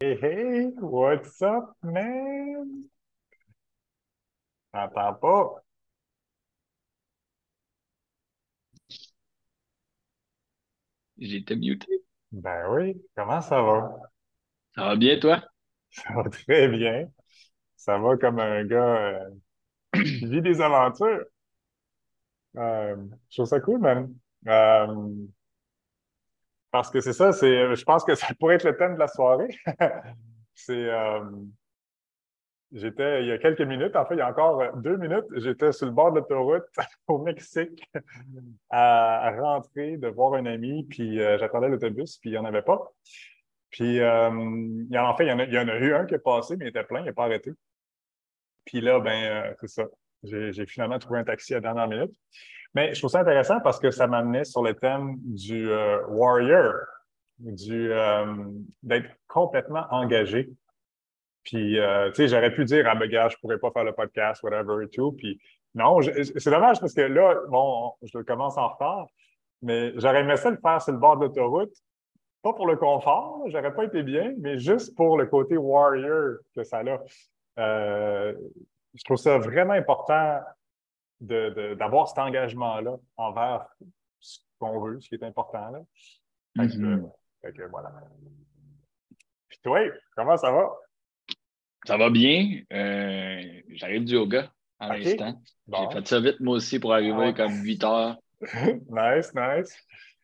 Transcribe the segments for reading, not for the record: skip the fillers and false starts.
Hey, hey, what's up, man? T'entends pas? J'ai été muté. Ben oui, comment ça va? Ça va bien, toi? Ça va très bien. Ça va comme un gars qui vit des aventures. Je trouve ça cool, man. Euh, Parce que c'est ça, je pense que ça pourrait être le thème de la soirée. C'est, il y a quelques minutes, en fait, il y a encore 2 minutes, j'étais sur le bord de l'autoroute au Mexique à rentrer, de voir un ami, puis j'attendais l'autobus, puis il n'y en avait pas. Puis, en fait, il y en a eu un qui est passé, mais il était plein, il n'a pas arrêté. Puis là, ben, c'est ça. J'ai finalement trouvé un taxi à la dernière minute. Mais je trouve ça intéressant parce que ça m'amenait sur le thème du warrior, d'être complètement engagé. Puis, tu sais, j'aurais pu dire, ah, ben, gars, je pourrais pas faire le podcast, whatever et tout. Puis, non, c'est dommage parce que là, bon, je le commence en retard, mais j'aurais aimé ça le faire sur le bord de l'autoroute. Pas pour le confort, j'aurais pas été bien, mais juste pour le côté warrior que ça a. Euh, je trouve ça vraiment important d'avoir cet engagement-là envers ce qu'on veut, ce qui est important. Là. Fait que, Mhm. voilà. Puis toi, comment ça va? Ça va bien. J'arrive du yoga à OK. l'instant. J'ai Bon. fait ça vite, moi aussi, pour Ah arriver ouais. comme 8 heures. Nice, nice.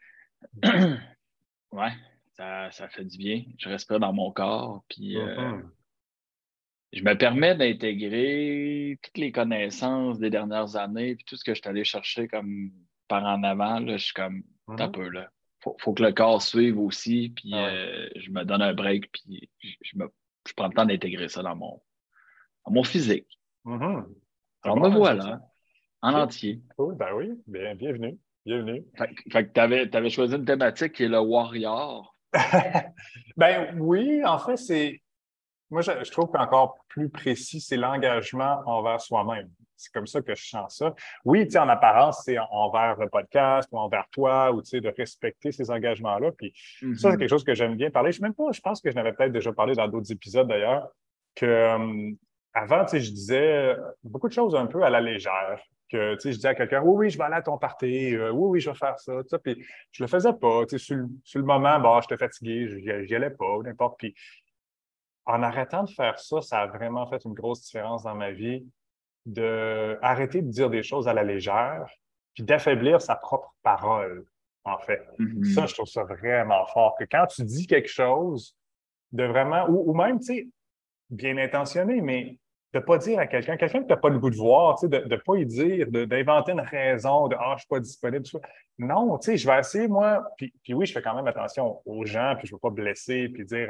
Ouais, ça fait du bien. Je respire dans mon corps. Puis Mhm. je me permets d'intégrer toutes les connaissances des dernières années, puis tout ce que je suis allé chercher comme par en avant. Là, je suis comme, t'as Mhm. peu, là. Faut que le corps suive aussi, puis Ah ouais. je me donne un break, puis je prends le temps d'intégrer ça dans mon physique. Mhm. C'est Alors me bon, hein, j'aime ça. voilà, en OK. entier. Cool. Ben oui. Bien, bienvenue. Bienvenue. Fait que t'avais choisi une thématique qui est le warrior. Ben oui, en fait, moi, je trouve qu'encore plus précis, c'est l'engagement envers soi-même. C'est comme ça que je sens ça. Oui, tu sais, en apparence, c'est envers le podcast ou envers toi, ou tu sais, de respecter ces engagements-là. Puis ça, c'est quelque Mhm. chose que j'aime bien parler. Je sais même pas, je pense que je n'avais peut-être déjà parlé dans d'autres épisodes d'ailleurs, que avant, tu sais, je disais beaucoup de choses un peu à la légère. Que, tu sais, je disais à quelqu'un, oui, oui, je vais aller à ton party, oui, oui, je vais faire ça, tout ça. Puis je le faisais pas. Tu sais, sur le moment, bon, j'étais fatigué, j'y allais pas, ou n'importe. Puis en arrêtant de faire ça, ça a vraiment fait une grosse différence dans ma vie, de arrêter de dire des choses à la légère, puis d'affaiblir sa propre parole, en fait. Ça, Mhm. je trouve ça vraiment fort, que quand tu dis quelque chose, de vraiment, ou même, tu sais, bien intentionné, mais de ne pas dire à quelqu'un que tu n'as pas le goût de voir, tu sais, de ne pas y dire, d'inventer une raison de Ah, je ne suis pas disponible. Tout ça. Non, tu sais, je vais essayer, moi, puis oui, je fais quand même attention aux gens, puis je ne veux pas blesser, puis dire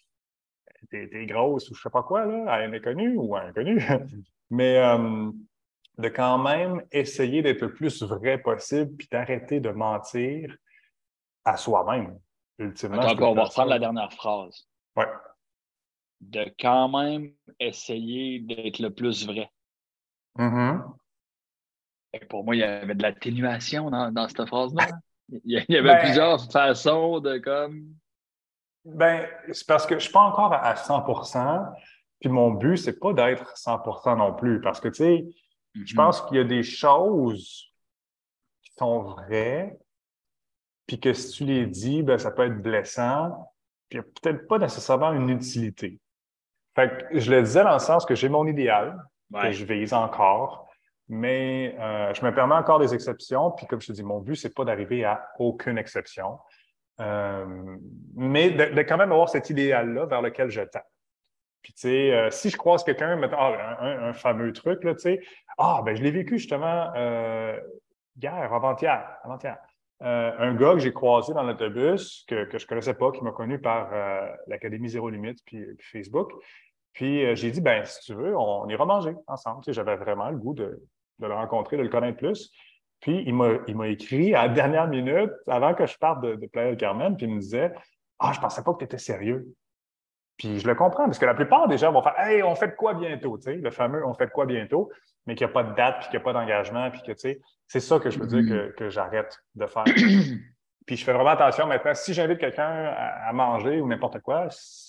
t'es grosse ou je sais pas quoi, là, à un inconnu ou à un inconnu. Mais de quand même essayer d'être le plus vrai possible puis d'arrêter de mentir à soi-même. Ultimement, Attends c'est un tout peu, le on va temps ça. reprendre la dernière phrase. Ouais. De quand même essayer d'être le plus vrai. Mhm. Et pour moi, il y avait de l'atténuation dans cette phrase-là. Il y avait Ben, plusieurs façons de comme. c'est parce que je suis pas encore à 100%, puis mon but, c'est pas d'être 100% non plus, parce que, tu sais, je Mhm. pense qu'il y a des choses qui sont vraies, puis que si tu les dis, ben, ça peut être blessant, puis il n'y a peut-être pas nécessairement une utilité. Fait que je le disais dans le sens que j'ai mon idéal, que Ouais. je vise encore, mais je me permets encore des exceptions, puis comme je te dis, mon but, c'est pas d'arriver à aucune exception, euh, mais de quand même avoir cet idéal-là vers lequel je tends. Puis, tu sais, si je croise quelqu'un, mettons, un fameux truc, là, tu sais, ben, je l'ai vécu justement hier, avant-hier. Un gars que j'ai croisé dans l'autobus, que je ne connaissais pas, qui m'a connu par l'Académie Zéro Limite, puis Facebook. Puis j'ai dit, ben, si tu veux, on ira manger ensemble. Tu sais, j'avais vraiment le goût de le rencontrer, de le connaître plus. Puis il m'a écrit à la dernière minute, avant que je parte de Playa del Carmen, puis il me disait, ah, je pensais pas que tu étais sérieux. Puis je le comprends, parce que la plupart des gens vont faire Hey, on fait de quoi bientôt? Tu sais, le fameux on fait de quoi bientôt, mais qu'il n'y a pas de date, puis qu'il n'y a pas d'engagement, puis que tu sais, c'est ça que je veux dire Mhm. que j'arrête de faire. Puis je fais vraiment attention maintenant. Si j'invite quelqu'un à manger ou n'importe quoi, c'est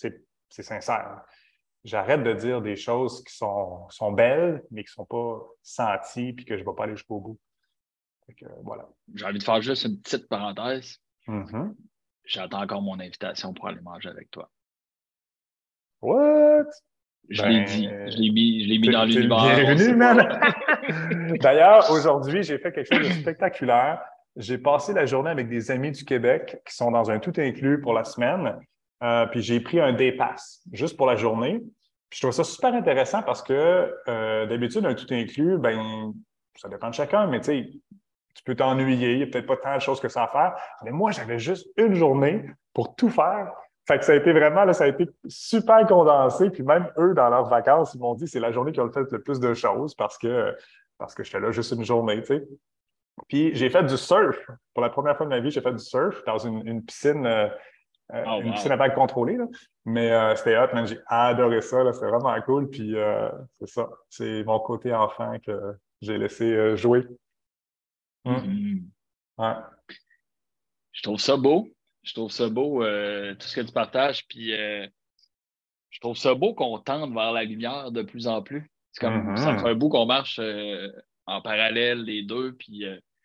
c'est sincère. J'arrête de dire des choses qui sont belles, mais qui ne sont pas senties puis que je ne vais pas aller jusqu'au bout. Fait que, voilà. J'ai envie de faire juste une petite parenthèse. Mm-hmm. J'attends encore mon invitation pour aller manger avec toi. What? Je l'ai dit. Ben, Je l'ai mis dans t'es le l'univers. On bienvenu, sait man! pas. D'ailleurs, aujourd'hui, j'ai fait quelque chose de spectaculaire. J'ai passé la journée avec des amis du Québec qui sont dans un tout inclus pour la semaine. Puis j'ai pris un day pass juste pour la journée. Puis je trouve ça super intéressant parce que d'habitude, un tout inclus, ben, ça dépend de chacun, mais tu sais, tu peux t'ennuyer, il n'y a peut-être pas tant de choses que ça à faire. Mais moi, j'avais juste une journée pour tout faire. Fait que ça a été vraiment, là, ça a été super condensé. Puis même eux, dans leurs vacances, ils m'ont dit que c'est la journée qui ont fait le plus de choses parce que j'étais là juste une journée, tu sais. Puis j'ai fait du surf. Pour la première fois de ma vie, j'ai fait du surf dans Oh, une piscine wow. à vagues contrôlée, là. Mais c'était hot, man. J'ai adoré ça, là. C'était vraiment cool. Puis c'est ça. C'est mon côté enfant que j'ai laissé jouer. Mm. Mhm. Ouais. Je trouve ça beau. Je trouve ça beau, tout ce que tu partages. Puis je trouve ça beau qu'on tende vers la lumière de plus en plus. C'est comme ça fait un Mhm. bout qu'on marche en parallèle les deux. Puis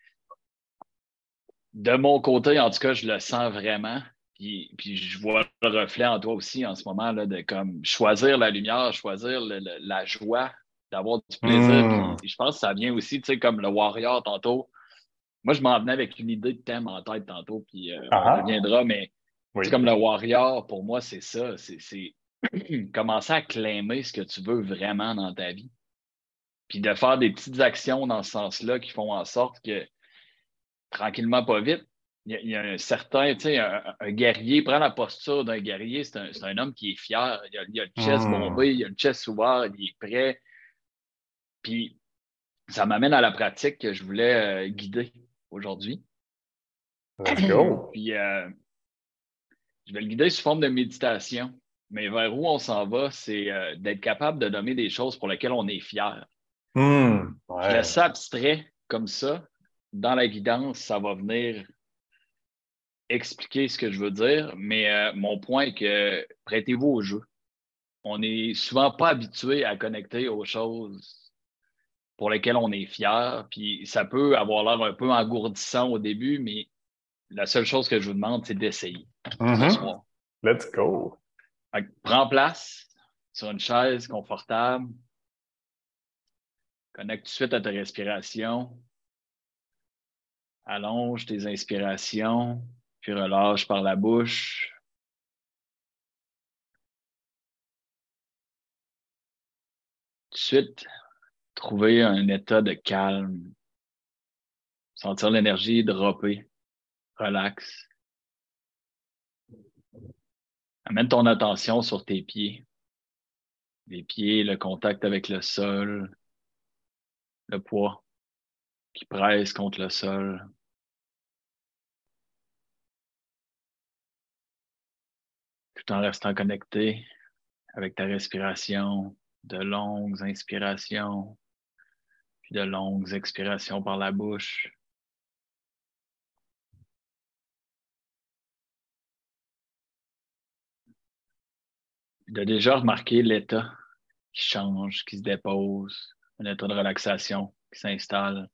de mon côté, en tout cas, je le sens vraiment. Puis je vois le reflet en toi aussi en ce moment là, de comme choisir la lumière, choisir la joie, d'avoir du plaisir. Mm. Puis je pense que ça vient aussi, tu sais, comme le warrior tantôt. Moi, je m'en venais avec une idée de thème en tête tantôt, puis Ah on y ah. reviendra, mais c'est Oui. comme le warrior, pour moi, c'est ça. C'est commencer à claimer ce que tu veux vraiment dans ta vie. Puis de faire des petites actions dans ce sens-là qui font en sorte que, tranquillement, pas vite, il y a un certain, tu sais, un guerrier, prend la posture d'un guerrier, c'est un homme qui est fier. Il a le chest Mm. bombé, il a le chest ouvert, il est prêt. Puis ça m'amène à la pratique que je voulais guider aujourd'hui. Let's go. Puis je vais le guider sous forme de méditation. Mais vers où on s'en va, c'est d'être capable de nommer des choses pour lesquelles on est fier. Mm. Je laisse Ouais. ça abstrait comme ça. Dans la guidance, ça va venir expliquer ce que je veux dire. Mais mon point est que prêtez-vous au jeu. On n'est souvent pas habitué à connecter aux choses pour lesquelles on est fier. Puis ça peut avoir l'air un peu engourdissant au début, mais la seule chose que je vous demande, c'est d'essayer ce Mhm. soir. Let's go. Fait que prends place sur une chaise confortable. Connecte tout de suite à ta respiration. Allonge tes inspirations, puis relâche par la bouche. Tout de suite, trouver un état de calme. Sentir l'énergie dropper. Relax. Amène ton attention sur tes pieds. Les pieds, le contact avec le sol, le poids qui presse contre le sol. Tout en restant connecté avec ta respiration, de longues inspirations, puis de longues expirations par la bouche. De déjà remarquer l'état qui change, qui se dépose, un état de relaxation qui s'installe.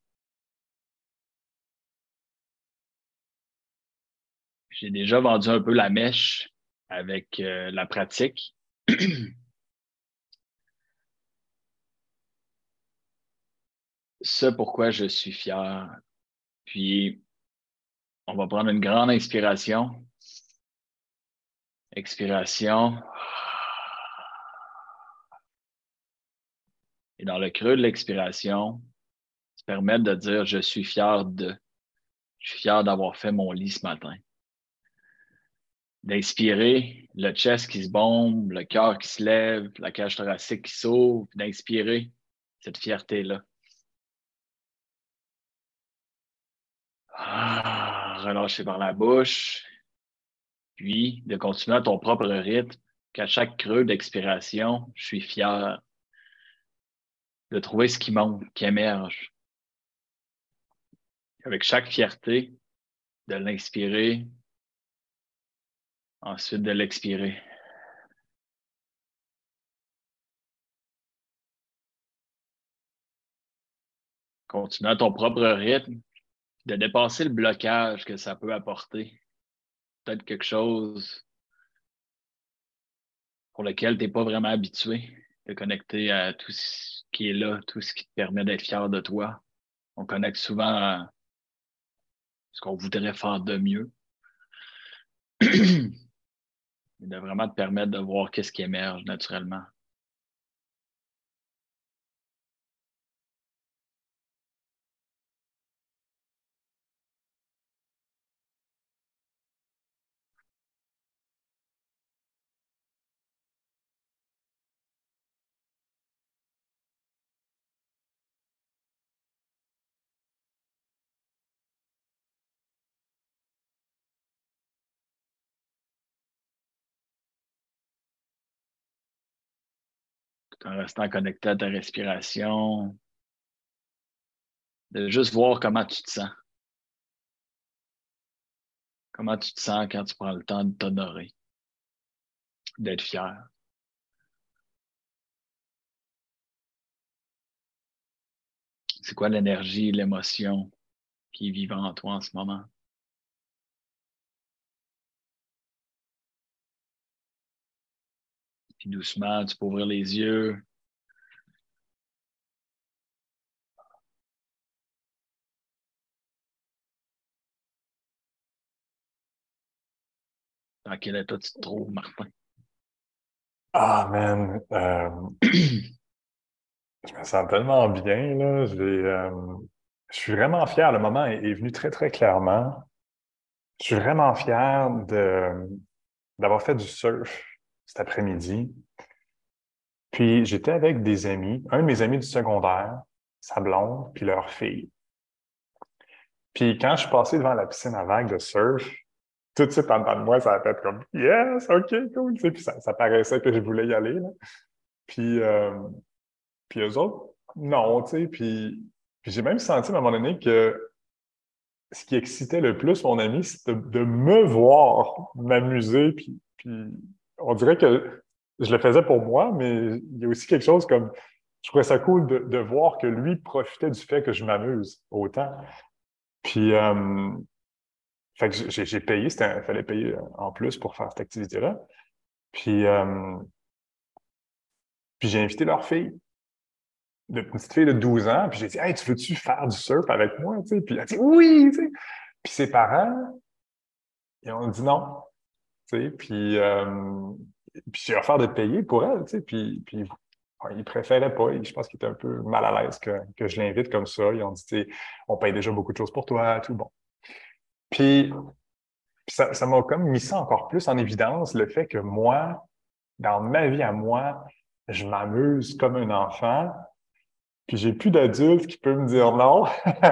J'ai déjà vendu un peu la mèche avec la pratique. Ce pourquoi je suis fier. Puis, on va prendre une grande inspiration. Expiration. Et dans le creux de l'expiration, se permettre de dire je suis fier de. Je suis fier d'avoir fait mon lit ce matin. D'inspirer, le chest qui se bombe, le cœur qui se lève, la cage thoracique qui s'ouvre, d'inspirer cette fierté-là. Relâcher par la bouche, puis de continuer à ton propre rythme, qu'à chaque creux d'expiration, je suis fier de trouver ce qui monte, qui émerge. Avec chaque fierté, de l'inspirer, ensuite de l'expirer. continuer à ton propre rythme, de dépasser le blocage que ça peut apporter. Peut-être quelque chose pour lequel tu n'es pas vraiment habitué, de connecter à tout ce qui est là, tout ce qui te permet d'être fier de toi. On connecte souvent à ce qu'on voudrait faire de mieux. Mais de vraiment te permettre de voir qu'est-ce qui émerge naturellement. Tout en restant connecté à ta respiration, de juste voir comment tu te sens. Comment tu te sens quand tu prends le temps de t'honorer, d'être fier. C'est quoi l'énergie, l'émotion qui est vivant en toi en ce moment? Puis doucement, tu peux ouvrir les yeux. Dans quel état tu te trouves, Martin? Ah, man, je me sens tellement bien, là. Je suis vraiment fier. Le moment est venu très, très clairement. Je suis vraiment fier d'avoir fait du surf cet après-midi. Puis j'étais avec des amis, un de mes amis du secondaire, sa blonde, puis leur fille. Puis quand je suis passé devant la piscine à vagues de surf, tout de suite en dedans de moi, ça a fait comme Yes, OK, cool. Tu sais, puis ça paraissait que je voulais y aller, là. Puis, puis eux autres, non, tu sais. Puis j'ai même senti à un moment donné que ce qui excitait le plus mon ami, c'était de me voir m'amuser. Puis on dirait que je le faisais pour moi, mais il y a aussi quelque chose comme je trouvais ça cool de voir que lui profitait du fait que je m'amuse autant. Puis, fait que j'ai payé, il fallait payer en plus pour faire cette activité-là. Puis, puis j'ai invité leur fille, une petite fille de 12 ans, puis j'ai dit, Hey, tu veux-tu faire du surf avec moi? Tu sais, puis elle a dit oui, tu sais. Puis ses parents, ils ont dit non. Tu sais, puis j'ai offert de payer pour elle, tu sais, puis ouais, ils préféraient pas. Je pense qu'ils étaient un peu mal à l'aise que je l'invite comme ça. Ils ont dit, tu sais, on paye déjà beaucoup de choses pour toi, tout bon. Puis, ça m'a comme mis ça encore plus en évidence, le fait que moi, dans ma vie à moi, je m'amuse comme un enfant, puis j'ai plus d'adulte qui peut me dire non.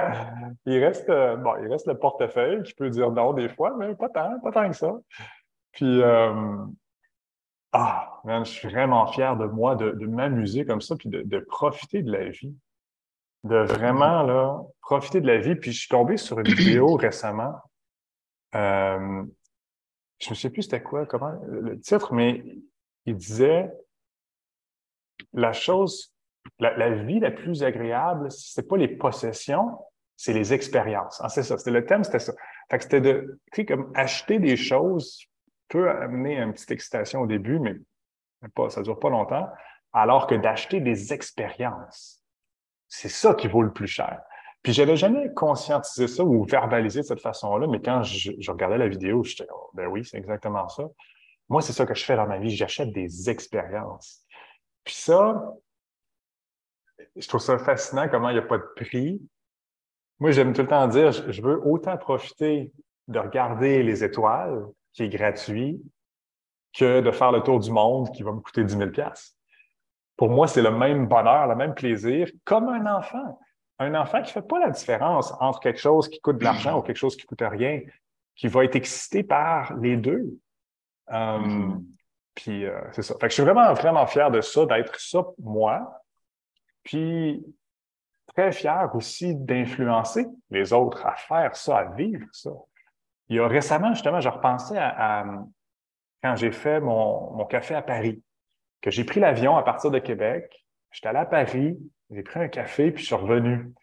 Il reste le portefeuille qui peut dire non des fois, mais pas tant que ça. Puis, man, je suis vraiment fier de moi de m'amuser comme ça, puis de profiter de la vie. De vraiment, là, profiter de la vie. Puis je suis tombé sur une vidéo récemment. Euh, je ne sais plus c'était quoi, comment, le titre, mais il disait la chose, la vie la plus agréable, c'est pas les possessions, c'est les expériences. Ah, c'est ça, c'était le thème, c'était ça. Fait que c'était tu sais, comme acheter des choses peut amener une petite excitation au début, mais pas, ça dure pas longtemps, alors que d'acheter des expériences, c'est ça qui vaut le plus cher. Puis j'avais jamais conscientisé ça ou verbalisé de cette façon-là, mais quand je regardais la vidéo, j'étais, oh, ben oui, c'est exactement ça. Moi, c'est ça que je fais dans ma vie, j'achète des expériences. Puis ça, je trouve ça fascinant comment il n'y a pas de prix. Moi, j'aime tout le temps dire, je veux autant profiter de regarder les étoiles, qui est gratuit, que de faire le tour du monde qui va me coûter 10 000 $. Pour moi, c'est le même bonheur, le même plaisir, comme un enfant. Un enfant qui ne fait pas la différence entre quelque chose qui coûte de l'argent ou quelque chose qui ne coûte rien, qui va être excité par les deux. Euh, Puis c'est ça. Fait que je suis vraiment, vraiment fier de ça, d'être ça moi. Puis très fier aussi d'influencer les autres à faire ça, à vivre ça. Il y a récemment, justement, je repensais à quand j'ai fait mon café à Paris, que j'ai pris l'avion à partir de Québec. J'étais allé à Paris, j'ai pris un café, puis je suis revenu.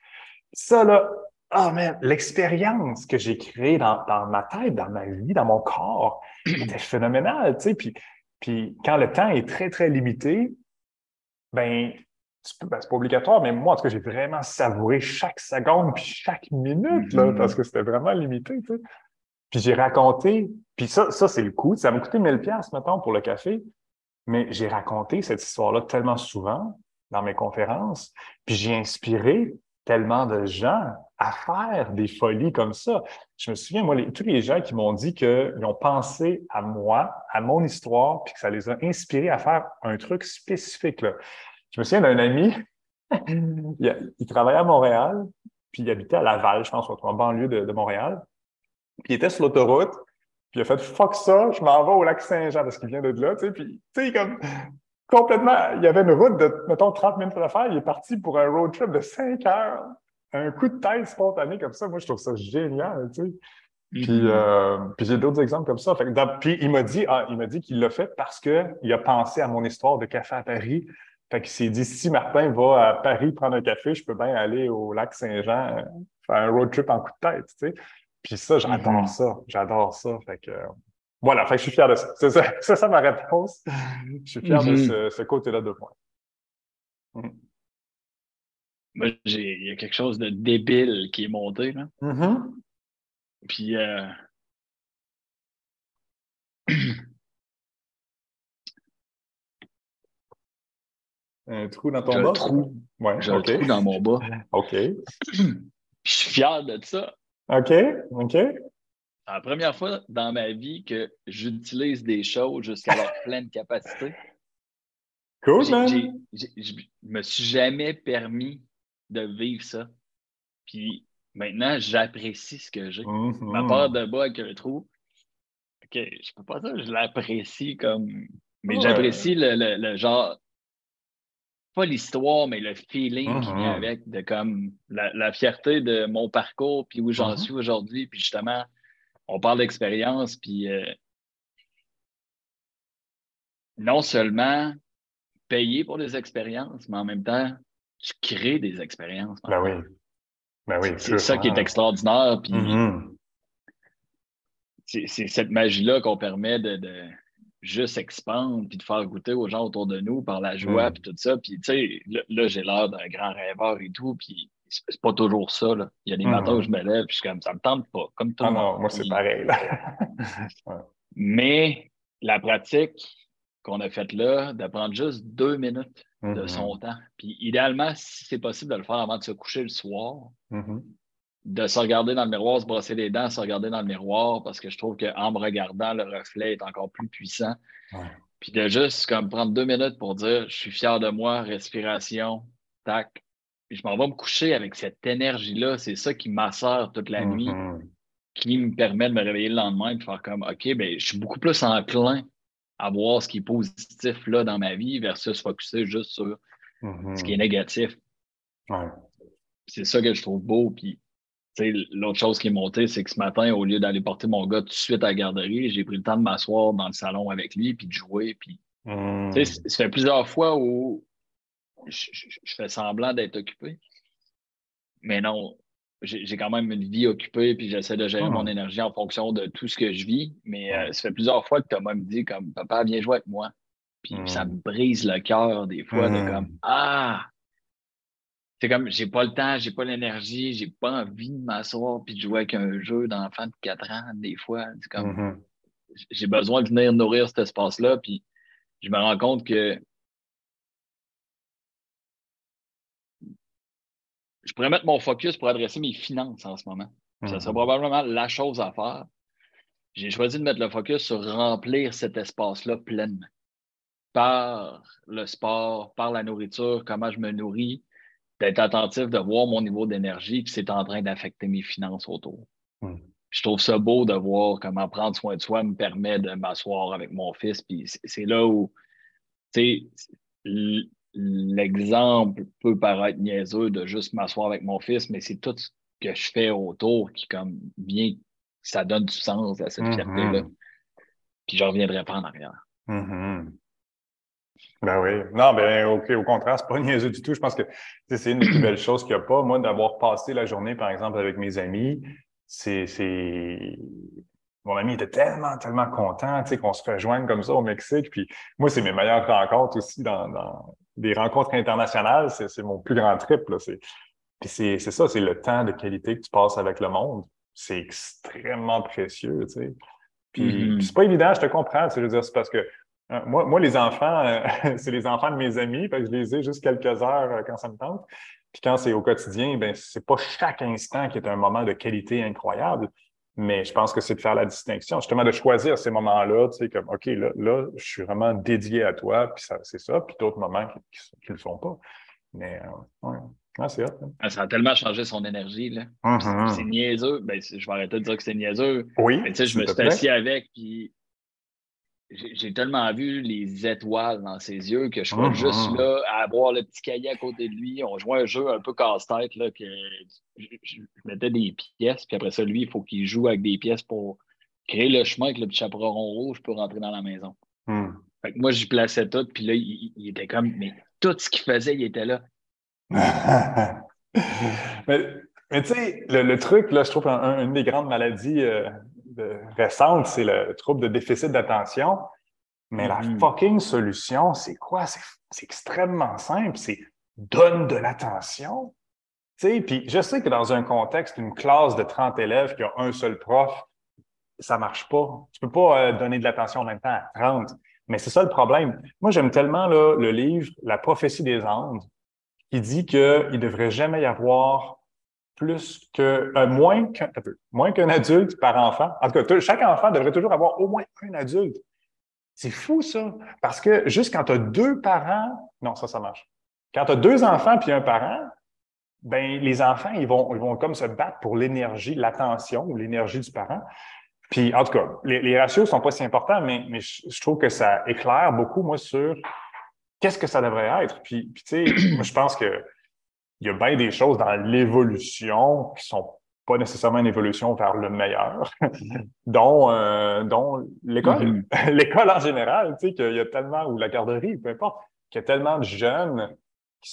Ça, là, ah, man, l'expérience que j'ai créée dans ma tête, dans ma vie, dans mon corps, était phénoménale, tu sais. Puis quand le temps est très, très limité, ben, c'est pas obligatoire, mais moi, en tout cas, j'ai vraiment savouré chaque seconde puis chaque minute, là, parce Mhm. que c'était vraiment limité, tu sais. Puis j'ai raconté, puis ça c'est le coût. Ça m'a coûté 1000 $, mettons, pour le café, mais j'ai raconté cette histoire-là tellement souvent dans mes conférences, puis j'ai inspiré tellement de gens à faire des folies comme ça. Je me souviens, moi, tous les gens qui m'ont dit qu'ils ont pensé à moi, à mon histoire, puis que ça les a inspirés à faire un truc spécifique, là. Je me souviens d'un ami, il travaillait à Montréal, puis il habitait à Laval, je pense, en banlieue de Montréal. Puis il était sur l'autoroute, puis il a fait fuck ça, je m'en vais au lac Saint-Jean parce qu'il vient de là, tu sais. Puis, tu sais, comme complètement, il y avait une route de, mettons, 30 minutes à faire, il est parti pour un road trip de 5 heures. Un coup de tête spontané comme ça, moi, je trouve ça génial, tu sais. Mhm. Puis j'ai d'autres exemples comme ça. Fait que puis il m'a dit qu'il l'a fait parce qu'il a pensé à mon histoire de café à Paris. Fait qu'il s'est dit, si Martin va à Paris prendre un café, je peux bien aller au lac Saint-Jean, faire un road trip en coup de tête, tu sais. Puis ça, j'adore Mhm. ça. J'adore ça. Fait que, voilà, fait que je suis fier de ça. C'est ça, c'est ça ma réponse. Je suis fier de Mhm. ce côté-là de moi. Mm. Moi, il y a quelque chose de débile qui est monté, là. Mhm. Puis, Un trou dans ton j'ai un bas, c'est quoi? trou. Ouais, J'ai un OK. trou dans mon bas. OK. Puis, je suis fier de ça. OK. OK. C'est la première fois dans ma vie que j'utilise des choses jusqu'à leur pleine capacité. Cool, man. Je me suis jamais permis de vivre ça. Puis maintenant, j'apprécie ce que j'ai. Ma part Mhm. de bas avec un trou, OK, je peux pas dire que je l'apprécie comme. Mais Ouais. j'apprécie le genre, pas l'histoire, mais le feeling qui vient Mhm. avec, de comme la fierté de mon parcours, puis où j'en suis Mhm. aujourd'hui. Puis justement, on parle d'expérience, puis non seulement payer pour des expériences, mais en même temps, tu crées des expériences Ben oui. maintenant. Ben oui, C'est ça qui est sûrement. extraordinaire, puis Mhm. c'est cette magie-là qu'on permet de juste expandre, puis de faire goûter aux gens autour de nous par la joie, puis Mhm. tout ça. Puis, tu sais, là, j'ai l'air d'un grand rêveur et tout, puis c'est pas toujours ça, là. Il y a des matins où je Mhm. me lève, puis je suis comme, ça me tente pas, comme tout Ah le monde. non, moi, c'est pareil, là. Ouais. Mais la pratique qu'on a faite là, de prendre juste 2 minutes de son Mhm. temps, puis idéalement, si c'est possible de le faire avant de se coucher le soir, Mhm. de se regarder dans le miroir, se brosser les dents, se regarder dans le miroir, parce que je trouve qu'en me regardant, le reflet est encore plus puissant. Ouais. Puis de juste comme prendre 2 minutes pour dire je suis fier de moi, respiration, tac. Puis je m'en vais me coucher avec cette énergie-là. C'est ça qui m'assure toute la nuit, Mhm. qui me permet de me réveiller le lendemain et de faire comme OK, ben, je suis beaucoup plus enclin à voir ce qui est positif là dans ma vie versus focuser juste sur ce qui est Mhm. négatif. Ouais. C'est ça que je trouve beau. Puis tu sais, l'autre chose qui est montée, c'est que ce matin, au lieu d'aller porter mon gars tout de suite à la garderie, j'ai pris le temps de m'asseoir dans le salon avec lui, puis de jouer. Puis, tu sais, Mhm. ça fait plusieurs fois où je fais semblant d'être occupé, mais non, j'ai quand même une vie occupée, puis j'essaie de gérer mon Mhm. énergie en fonction de tout ce que je vis. Mais Ouais. ça fait plusieurs fois que Thomas me dit comme Papa, viens jouer avec moi. Puis ça me Mhm. brise le cœur des fois de comme Mhm. Ah! C'est comme, j'ai pas le temps, j'ai pas l'énergie, j'ai pas envie de m'asseoir puis de jouer avec un jeu d'enfant de 4 ans, des fois. C'est comme, Mhm. j'ai besoin de venir nourrir cet espace-là, puis je me rends compte que je pourrais mettre mon focus pour adresser mes finances en ce moment. Puis ça serait Mhm. probablement la chose à faire. J'ai choisi de mettre le focus sur remplir cet espace-là pleinement par le sport, par la nourriture, comment je me nourris, d'être attentif, de voir mon niveau d'énergie, puis c'est en train d'affecter mes finances autour. Mhm. Je trouve ça beau de voir comment prendre soin de soi me permet de m'asseoir avec mon fils. Puis c'est là où, tu sais, l'exemple peut paraître niaiseux de juste m'asseoir avec mon fils, mais c'est tout ce que je fais autour qui, comme, vient, ça donne du sens à cette fierté-là. Mhm. Puis je reviendrai pas en arrière. Mhm. Ben oui. Non, ben OK, au contraire, c'est pas niaiseux du tout. Je pense que c'est une des plus belles choses qu'il n'y a pas. Moi, d'avoir passé la journée, par exemple, avec mes amis, c'est... Mon ami était tellement, tellement content, tu sais, qu'on se rejoigne comme ça au Mexique. Puis moi, c'est mes meilleures rencontres aussi dans des rencontres internationales. C'est mon plus grand trip, là. Puis c'est ça, c'est le temps de qualité que tu passes avec le monde. C'est extrêmement précieux, tu sais. Puis c'est Mhm. pas évident, je te comprends. Tu sais, je veux dire, c'est parce que moi, les enfants, c'est les enfants de mes amis, fait que je les ai juste quelques heures quand ça me tente. Puis quand c'est au quotidien, ben c'est pas chaque instant qui est un moment de qualité incroyable, mais je pense que c'est de faire la distinction, justement de choisir ces moments-là, tu sais, comme OK, là, je suis vraiment dédié à toi, puis ça, c'est ça, puis d'autres moments qui le sont pas. Mais ouais, ouais, c'est hot, hein. Ah, ça a tellement changé son énergie, là. Puis c'est Mhm. niaiseux. Ben, je vais arrêter de dire que c'est niaiseux. Mais Oui, tu sais, je s'il me te suis plaît. assis avec, puis j'ai tellement vu les étoiles dans ses yeux que je sois juste Mhm. là à avoir le petit cahier à côté de lui. On jouait un jeu un peu casse-tête, là, que je mettais des pièces, puis après ça, lui, il faut qu'il joue avec des pièces pour créer le chemin avec le petit chaperon rouge pour rentrer dans la maison. Mhm. Fait que moi, j'y plaçais tout, puis là, il était comme, mais tout ce qu'il faisait, il était là. Mais, mais tu sais, le truc, là, je trouve une des grandes maladies récentes, c'est le trouble de déficit d'attention. Mais la Mhm. fucking solution, c'est quoi? C'est extrêmement simple. C'est donne de l'attention. Tu sais, puis je sais que dans un contexte, une classe de 30 élèves qui a un seul prof, ça marche pas. Tu peux pas donner de l'attention en même temps à 30. Mais c'est ça le problème. Moi, j'aime tellement là, le livre La prophétie des Andes qui dit qu'il ne devrait jamais y avoir moins qu'un adulte par enfant. En tout cas, chaque enfant devrait toujours avoir au moins un adulte. C'est fou, ça. Parce que juste quand tu as deux parents, non, ça marche. Quand tu as deux enfants puis un parent, ben, les enfants, ils vont comme se battre pour l'énergie, l'attention ou l'énergie du parent. Puis, en tout cas, les ratios sont pas si importants, mais je trouve que ça éclaire beaucoup, moi, sur qu'est-ce que ça devrait être. Puis tu sais, moi, je pense que il y a bien des choses dans l'évolution qui sont pas nécessairement une évolution vers le meilleur, dont l'école. Mhm. L'école en général, tu sais, qu'il y a tellement, ou la garderie, peu importe, qu'il y a tellement de jeunes qui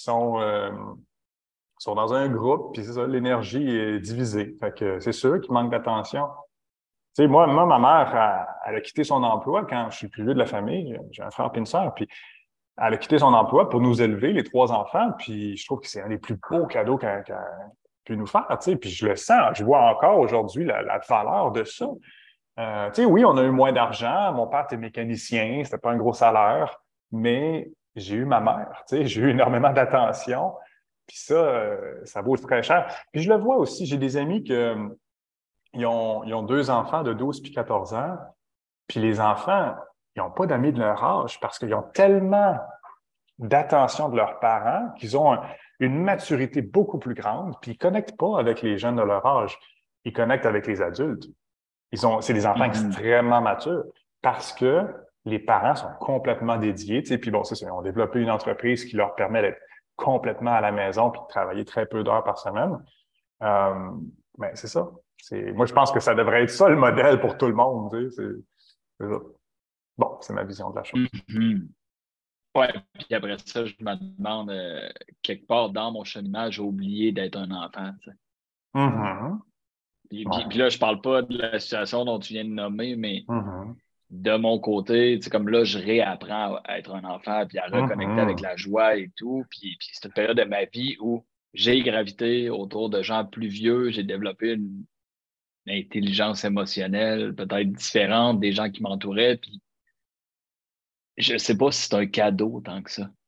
sont dans un groupe, puis c'est ça, l'énergie est divisée. Fait que c'est sûr qu'ils manquent d'attention. Tu sais, moi, ma mère, elle a quitté son emploi quand je suis le plus vieux de la famille. J'ai un frère et une sœur, puis elle a quitté son emploi pour nous élever, les trois enfants, puis je trouve que c'est un des plus beaux cadeaux qu'elle a pu nous faire, tu sais, puis je le sens, je vois encore aujourd'hui la valeur de ça. Tu sais, oui, on a eu moins d'argent, mon père était mécanicien, c'était pas un gros salaire, mais j'ai eu ma mère, tu sais, j'ai eu énormément d'attention, puis ça vaut très cher. Puis je le vois aussi, j'ai des amis ils ont deux enfants de 12 puis 14 ans, puis les enfants, ils n'ont pas d'amis de leur âge parce qu'ils ont tellement d'attention de leurs parents, qu'ils ont une maturité beaucoup plus grande, puis ils ne connectent pas avec les jeunes de leur âge. Ils connectent avec les adultes. C'est des enfants Mhm. extrêmement matures parce que les parents sont complètement dédiés. Tu sais, puis bon, c'est ça, ils ont développé une entreprise qui leur permet d'être complètement à la maison puis de travailler très peu d'heures par semaine. Euh, mais c'est ça. Moi, je pense que ça devrait être ça le modèle pour tout le monde. Tu sais, c'est ça. Bon, c'est ma vision de la chose. Mhm. Ouais, puis après ça, je me demande, quelque part dans mon cheminement, j'ai oublié d'être un enfant. Tu sais. Mhm. Puis Ouais. là, je parle pas de la situation dont tu viens de nommer, mais Mhm. de mon côté, tu sais, comme là, je réapprends à être un enfant, puis à reconnecter avec Mhm. la joie et tout. Puis c'est une période de ma vie où j'ai gravité autour de gens plus vieux, j'ai développé une intelligence émotionnelle peut-être différente des gens qui m'entouraient. Puis je sais pas si c'est un cadeau tant que ça.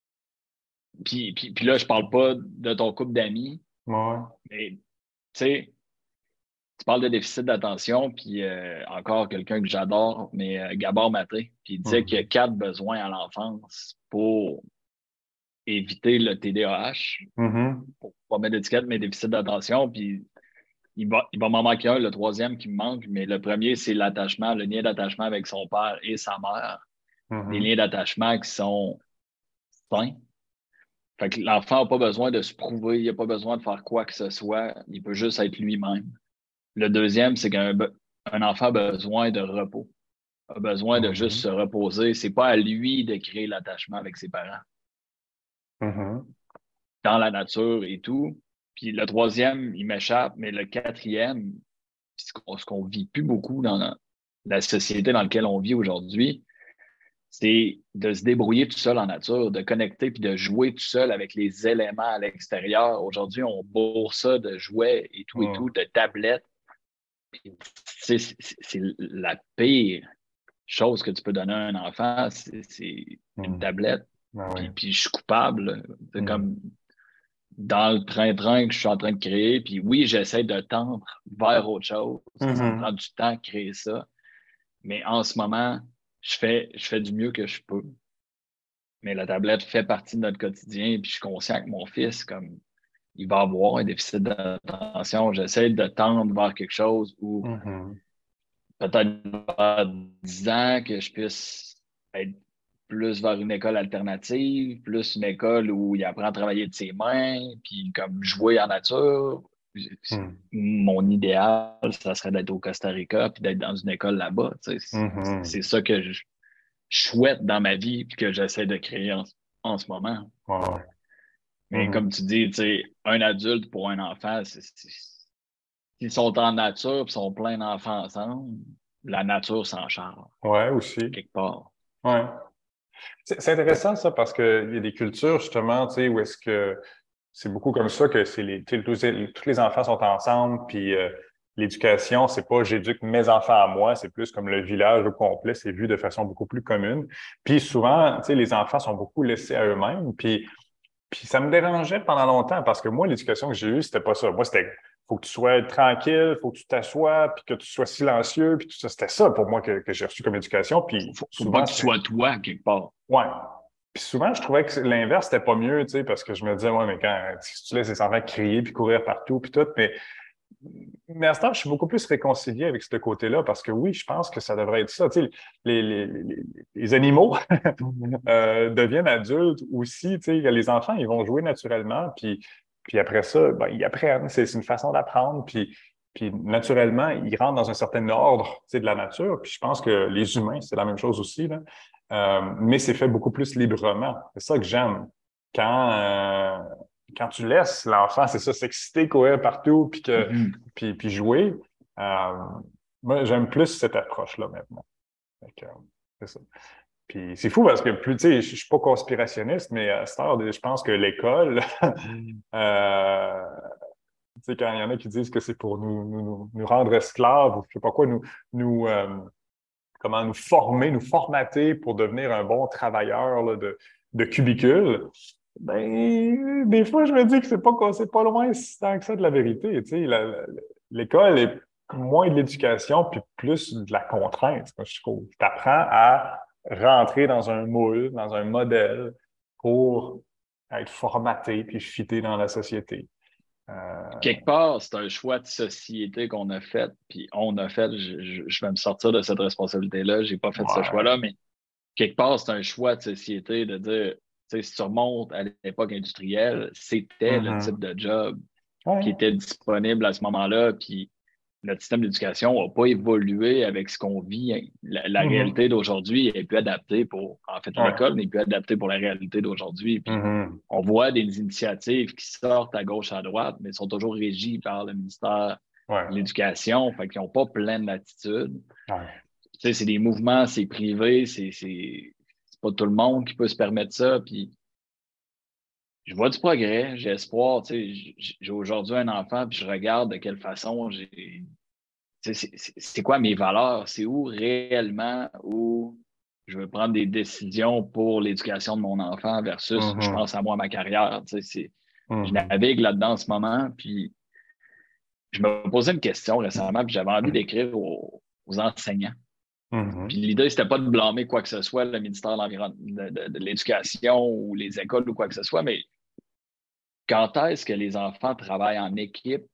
Puis là, je parle pas de ton couple d'amis, Ouais. mais tu sais, tu parles de déficit d'attention, puis encore quelqu'un que j'adore, mais Gabor Maté, puis il disait qu'il y a Mhm. 4 besoins à l'enfance pour éviter le TDAH, Mhm. pour pas mettre d'étiquette, mais déficit d'attention, puis il va m'en manquer un, le troisième qui me manque, mais le premier, c'est l'attachement, le lien d'attachement avec son père et sa mère, des Mhm. liens d'attachement qui sont sains. Fait que l'enfant n'a pas besoin de se prouver, il n'a pas besoin de faire quoi que ce soit, il peut juste être lui-même. Le deuxième, c'est qu'un enfant a besoin de repos. a besoin de juste Mhm. se reposer. C'est pas à lui de créer l'attachement avec ses parents Mhm. dans la nature et tout. Puis le troisième, il m'échappe, mais le quatrième, ce qu'on vit plus beaucoup dans la société dans laquelle on vit aujourd'hui, c'est de se débrouiller tout seul en nature, de connecter puis de jouer tout seul avec les éléments à l'extérieur. Aujourd'hui, on bourre ça de jouets et tout, Mhm. de tablettes. Puis, c'est la pire chose que tu peux donner à un enfant, c'est une Mhm. tablette. Ah oui. Puis je suis coupable, là. C'est Mhm. comme dans le train-train que je suis en train de créer. Puis oui, j'essaie de tendre vers autre chose. Ça me prend Mhm. du temps de créer ça. Mais en ce moment, je fais du mieux que je peux. Mais la tablette fait partie de notre quotidien. Puis je suis conscient que mon fils, comme il va avoir un déficit d'attention, j'essaie de tendre vers quelque chose où Mhm. peut-être vers 10 ans que je puisse être plus vers une école alternative, plus une école où il apprend à travailler de ses mains, puis comme jouer en nature. Mhm. Mon idéal, ça serait d'être au Costa Rica puis d'être dans une école là-bas. Tu sais. C'est Mhm. ça que je souhaite dans ma vie puis que j'essaie de créer en ce moment. Wow. Mais Mhm. comme tu dis, tu sais, un adulte pour un enfant, s'ils sont en nature et sont plein d'enfants ensemble, la nature s'en charge, Ouais, aussi. quelque part. Ouais. C'est intéressant ça parce qu'il y a des cultures justement, tu sais, où est-ce que c'est beaucoup comme ça que c'est les, tu sais, tous les enfants sont ensemble, puis l'éducation, c'est pas j'éduque mes enfants à moi, c'est plus comme le village au complet, c'est vu de façon beaucoup plus commune. Puis souvent, tu sais, les enfants sont beaucoup laissés à eux-mêmes, puis ça me dérangeait pendant longtemps parce que moi, l'éducation que j'ai eue, c'était pas ça. Moi, c'était faut que tu sois tranquille, faut que tu t'assoies, puis que tu sois silencieux, puis tout ça. C'était ça pour moi que j'ai reçu comme éducation. Puis Faut pas souvent, que tu c'était sois toi, quelque part. ouais. Puis souvent, je trouvais que l'inverse, c'était pas mieux, tu sais, parce que je me disais, ouais, mais quand si tu laisses les enfants crier puis courir partout puis tout, mais à ce temps, je suis beaucoup plus réconcilié avec ce côté-là parce que oui, je pense que ça devrait être ça. Tu sais, les animaux deviennent adultes aussi. Tu sais, les enfants, ils vont jouer naturellement, puis après ça, ben, ils apprennent. C'est une façon d'apprendre, puis naturellement, ils rentrent dans un certain ordre, tu sais, de la nature. Puis je pense que les humains, c'est la même chose aussi, là. Mais c'est fait beaucoup plus librement. C'est ça que j'aime. Quand, euh, quand tu laisses l'enfant, c'est ça, s'exciter, courir partout, Mhm. puis jouer, euh, moi, j'aime plus cette approche-là maintenant. Fait que, c'est ça. Puis c'est fou parce que plus, tu sais, je suis pas conspirationniste, mais à cette heure, je pense que l'école, euh, tu sais, quand il y en a qui disent que c'est pour nous rendre esclaves ou je sais pas quoi, nous, comment nous former, nous formater pour devenir un bon travailleur là, de cubicule. Ben, des fois, je me dis que c'est pas loin si tant que ça de la vérité. Tu sais, l'école est moins de l'éducation puis plus de la contrainte. Moi, je trouve. Tu apprends à rentrer dans un moule, dans un modèle pour être formaté puis fitter dans la société. Euh, Quelque part, c'est un choix de société qu'on a fait, puis on a fait, je vais me sortir de cette responsabilité-là, j'ai pas fait ce ouais. choix-là, mais quelque part, c'est un choix de société de dire, tu sais, si tu remontes à l'époque industrielle, c'était le type Mhm. de job qui Ouais. était disponible à ce moment-là, puis notre système d'éducation n'a pas évolué avec ce qu'on vit. La Mhm. réalité d'aujourd'hui est plus adaptée pour, en fait, Ouais. l'école n'est plus adaptée pour la réalité d'aujourd'hui. Puis Mhm. on voit des initiatives qui sortent à gauche, à droite, mais sont toujours régies par le ministère de Ouais. l'Éducation, fait qu'ils n'ont pas plein de latitude. Ouais. Tu sais, c'est des mouvements, c'est privé, c'est pas tout le monde qui peut se permettre ça. Puis je vois du progrès, j'ai espoir. Tu sais, j'ai aujourd'hui un enfant, puis je regarde de quelle façon j'ai c'est quoi mes valeurs? C'est où réellement où je veux prendre des décisions pour l'éducation de mon enfant versus je Mhm. pense à moi, à ma carrière. Je Mhm. navigue là-dedans en ce moment, puis je me posais une question récemment, puis j'avais envie d'écrire aux enseignants. Puis Mhm. l'idée, c'était pas de blâmer quoi que ce soit, le ministère de l'Éducation ou les écoles ou quoi que ce soit, mais quand est-ce que les enfants travaillent en équipe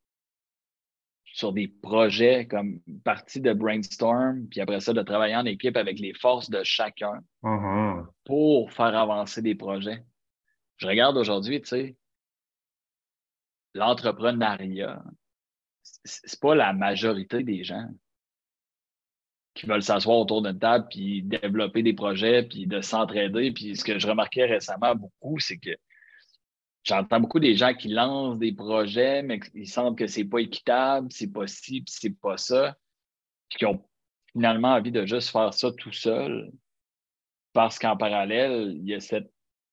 sur des projets comme partie de brainstorm, puis après ça, de travailler en équipe avec les forces de chacun Mhm. pour faire avancer des projets. Je regarde aujourd'hui, tu sais, l'entrepreneuriat, c'est pas la majorité des gens qui veulent s'asseoir autour d'une table puis développer des projets puis de s'entraider. Puis ce que je remarquais récemment beaucoup, c'est que j'entends beaucoup des gens qui lancent des projets, mais il semble que c'est pas équitable, c'est pas ci, puis c'est pas ça, puis qui ont finalement envie de juste faire ça tout seul, parce qu'en parallèle, il y a cette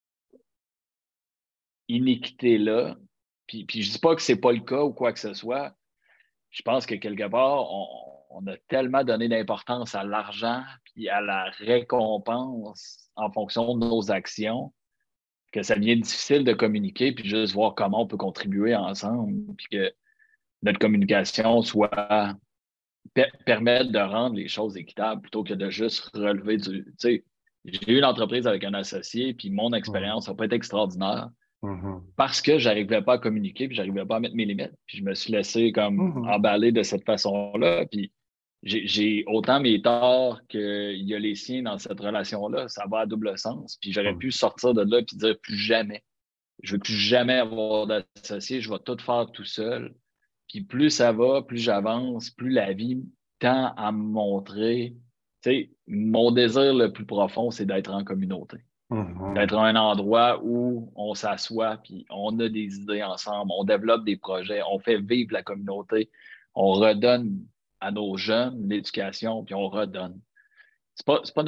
iniquité-là. Puis je dis pas que c'est pas le cas ou quoi que ce soit. Je pense que quelque part, on a tellement donné d'importance à l'argent puis à la récompense en fonction de nos actions que ça devient difficile de communiquer puis juste voir comment on peut contribuer ensemble puis que notre communication soit permettre de rendre les choses équitables plutôt que de juste relever du. Tu sais, j'ai eu une entreprise avec un associé puis mon expérience n'a pas été extraordinaire parce que j'arrivais pas à communiquer puis j'arrivais pas à mettre mes limites. Puis je me suis laissé comme emballer de cette façon-là. Puis j'ai autant mes torts qu'il y a les siens dans cette relation-là. Ça va à double sens. Puis j'aurais pu sortir de là puis dire plus jamais. Je veux plus jamais avoir d'associé. Je vais tout faire tout seul. Puis plus ça va, plus j'avance, plus la vie tend à me montrer. Tu sais, mon désir le plus profond, c'est d'être en communauté. D'être un endroit où on s'assoit, puis on a des idées ensemble, on développe des projets, on fait vivre la communauté, on redonne à nos jeunes l'éducation, puis on redonne. C'est pas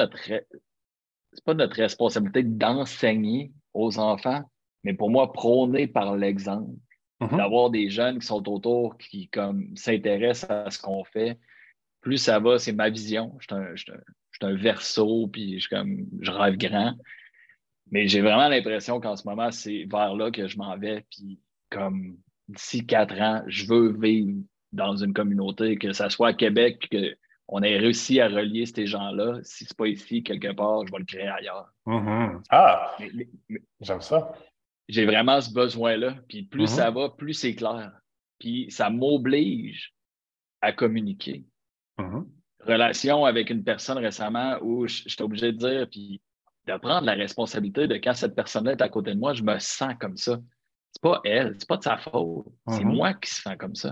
notre responsabilité d'enseigner aux enfants, mais pour moi, prôner par l'exemple, d'avoir des jeunes qui sont autour, qui comme s'intéressent à ce qu'on fait. Plus ça va, c'est ma vision. Je suis un verso, puis je rêve grand. Mais j'ai vraiment l'impression qu'en ce moment, c'est vers là que je m'en vais. Puis comme d'ici 4 ans, je veux vivre dans une communauté, que ça soit à Québec, puis qu'on ait réussi à relier ces gens-là. Si c'est pas ici, quelque part, je vais le créer ailleurs. Ah, Mais j'aime ça. j'ai vraiment ce besoin-là. Puis plus ça va, plus c'est clair. Puis ça m'oblige à communiquer. Relation avec une personne récemment où j'étais obligé de dire, puis de prendre la responsabilité de quand cette personne-là est à côté de moi, je me sens comme ça. C'est pas elle, c'est pas de sa faute. C'est moi qui se sens comme ça.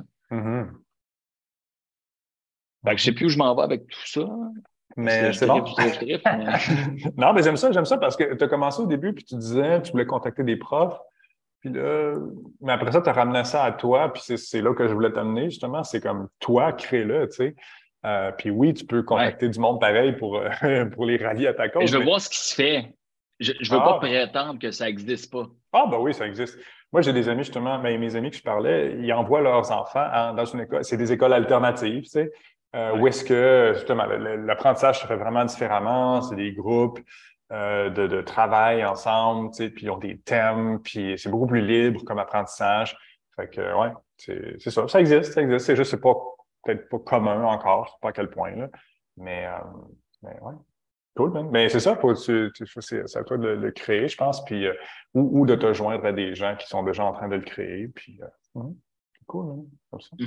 Fait que je sais plus où je m'en vais avec tout ça. Mais c'est bon. Je tripe, mais... Non, mais j'aime ça parce que tu as commencé au début, puis tu disais tu voulais contacter des profs. Puis là, mais après ça, tu as ramené ça à toi, puis c'est là que je voulais t'amener, justement. C'est comme toi, crée-le, tu sais. Puis oui, tu peux contacter du monde pareil pour, pour les rallier à ta Mais cause. je veux voir ce qui se fait. Je veux pas prétendre que ça n'existe pas. Ah, ben oui, ça existe. Moi, j'ai des amis, justement, mes amis que je parlais, ils envoient leurs enfants dans une école. C'est des écoles alternatives, tu sais, où est-ce que, justement, l'apprentissage se fait vraiment différemment. C'est des groupes de travail ensemble, tu sais, puis ils ont des thèmes, puis c'est beaucoup plus libre comme apprentissage. Fait que, ouais, c'est ça. Ça existe, ça existe. C'est juste, c'est pas, peut-être pas commun encore, je sais pas à quel point, là. Mais ouais. Cool, man. Mais c'est ça, c'est à toi de le créer, je pense, puis, ou de te joindre à des gens qui sont déjà en train de le créer. Puis, c'est cool, man, comme ça.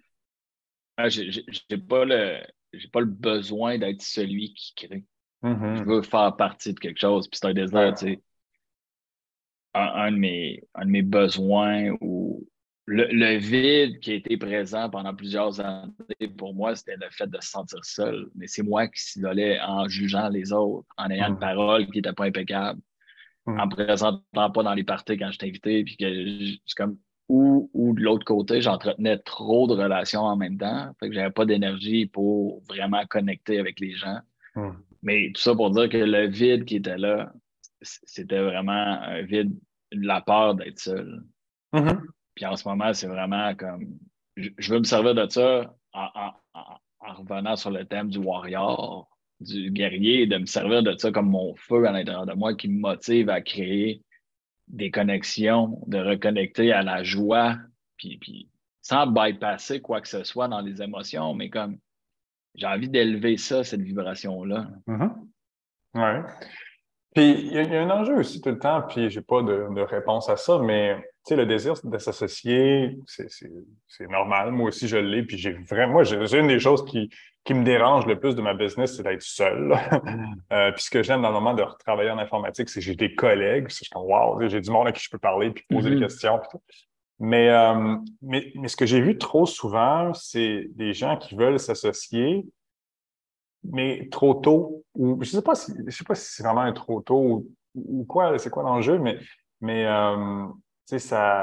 J'ai pas le besoin d'être celui qui crée. Je veux faire partie de quelque chose, puis c'est un désir, tu sais. Un de mes besoins ou le vide qui a été présent pendant plusieurs années pour moi, c'était le fait de se sentir seul. Mais c'est moi qui s'idolais en jugeant les autres, en ayant une parole qui n'était pas impeccable, en me présentant pas dans les parties quand je t'ai invité, puis que c'est comme ou de l'autre côté, j'entretenais trop de relations en même temps. Fait que j'avais pas d'énergie pour vraiment connecter avec les gens. Mais tout ça pour dire que le vide qui était là, c'était vraiment un vide, la peur d'être seul. Puis en ce moment, c'est vraiment comme. Je veux me servir de ça en revenant sur le thème du warrior, du guerrier, de me servir de ça comme mon feu à l'intérieur de moi qui me motive à créer des connexions, de reconnecter à la joie, puis sans bypasser quoi que ce soit dans les émotions, mais comme j'ai envie d'élever ça, cette vibration-là. Ouais. Puis, il y a un enjeu aussi tout le temps, puis j'ai pas de réponse à ça, mais tu sais, le désir de s'associer, c'est normal. Moi aussi, je l'ai, puis j'ai une des choses qui me dérange le plus de ma business, c'est d'être seul. Puis ce que j'aime dans le moment de retravailler en informatique, c'est que j'ai des collègues, c'est comme wow, j'ai du monde à qui je peux parler, puis poser des questions, puis tout. Mais ce que j'ai vu trop souvent, c'est des gens qui veulent s'associer, mais trop tôt, ou je sais pas si c'est vraiment un trop tôt ou quoi, c'est quoi l'enjeu, mais tu sais,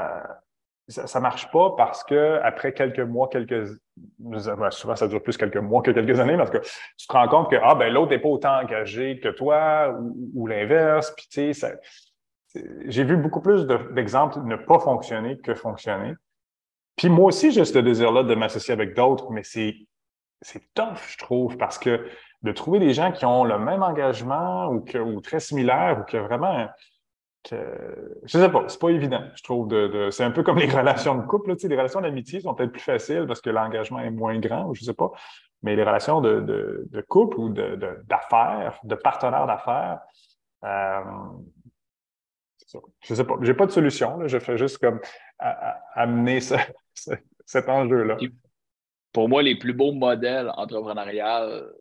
ça marche pas parce que après quelques mois, souvent ça dure plus quelques mois que quelques années, parce que tu te rends compte que ben l'autre n'est pas autant engagé que toi ou l'inverse. Puis tu sais, j'ai vu beaucoup plus d'exemples ne pas fonctionner que fonctionner. Puis moi aussi, j'ai ce désir-là de m'associer avec d'autres, mais c'est tough, je trouve, parce que de trouver des gens qui ont le même engagement ou très similaire ou que vraiment que, je sais pas, c'est pas évident, je trouve. C'est un peu comme les relations de couple, là, tu sais, les relations d'amitié sont peut-être plus faciles parce que l'engagement est moins grand, ou je sais pas. Mais les relations de couple ou d'affaires, de partenaires d'affaires, euh, c'est ça. Je sais pas. J'ai pas de solution, là. Je fais juste comme amener cet enjeu-là. Puis, pour moi, les plus beaux modèles entrepreneuriales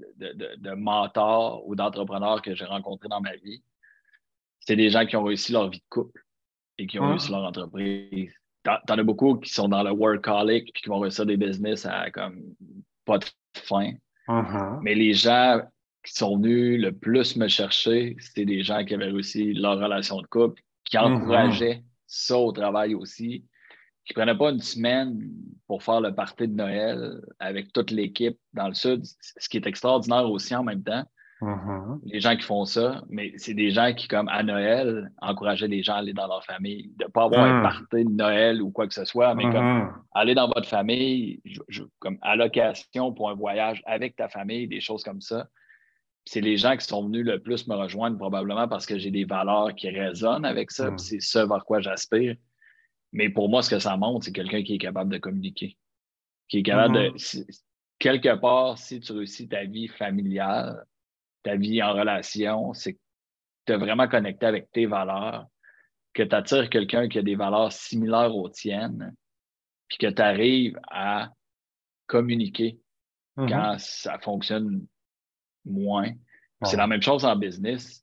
de mentors ou d'entrepreneurs que j'ai rencontrés dans ma vie, c'est des gens qui ont réussi leur vie de couple et qui ont réussi Hum, leur entreprise. T'en as beaucoup qui sont dans le workaholic puis qui vont réussir des business à comme pas de fin. mhm, Mais les gens qui sont venus le plus me chercher, c'était des gens qui avaient réussi leur relation de couple, qui mhm. encourageaient ça au travail aussi, qui prenaient pas une semaine pour faire le party de Noël avec toute l'équipe dans le Sud, ce qui est extraordinaire aussi en même temps. Mhm. Les gens qui font ça, mais c'est des gens qui, comme à Noël, encourageaient les gens à aller dans leur famille, de ne pas avoir un Mhm. party de Noël ou quoi que ce soit, mais comme Mhm. aller dans votre famille, comme à l'occasion pour un voyage avec ta famille, des choses comme ça. C'est les gens qui sont venus le plus me rejoindre probablement parce que j'ai des valeurs qui résonnent avec ça, puis Mhm. c'est ce vers quoi j'aspire. Mais pour moi, ce que ça montre, c'est quelqu'un qui est capable de communiquer, qui est capable de, Mhm. quelque part, si tu réussis ta vie familiale, ta vie en relation, c'est que tu es vraiment connecté avec tes valeurs, que tu attires quelqu'un qui a des valeurs similaires aux tiennes, puis que tu arrives à communiquer Mhm. quand ça fonctionne moins. C'est la Ouais. même chose en business.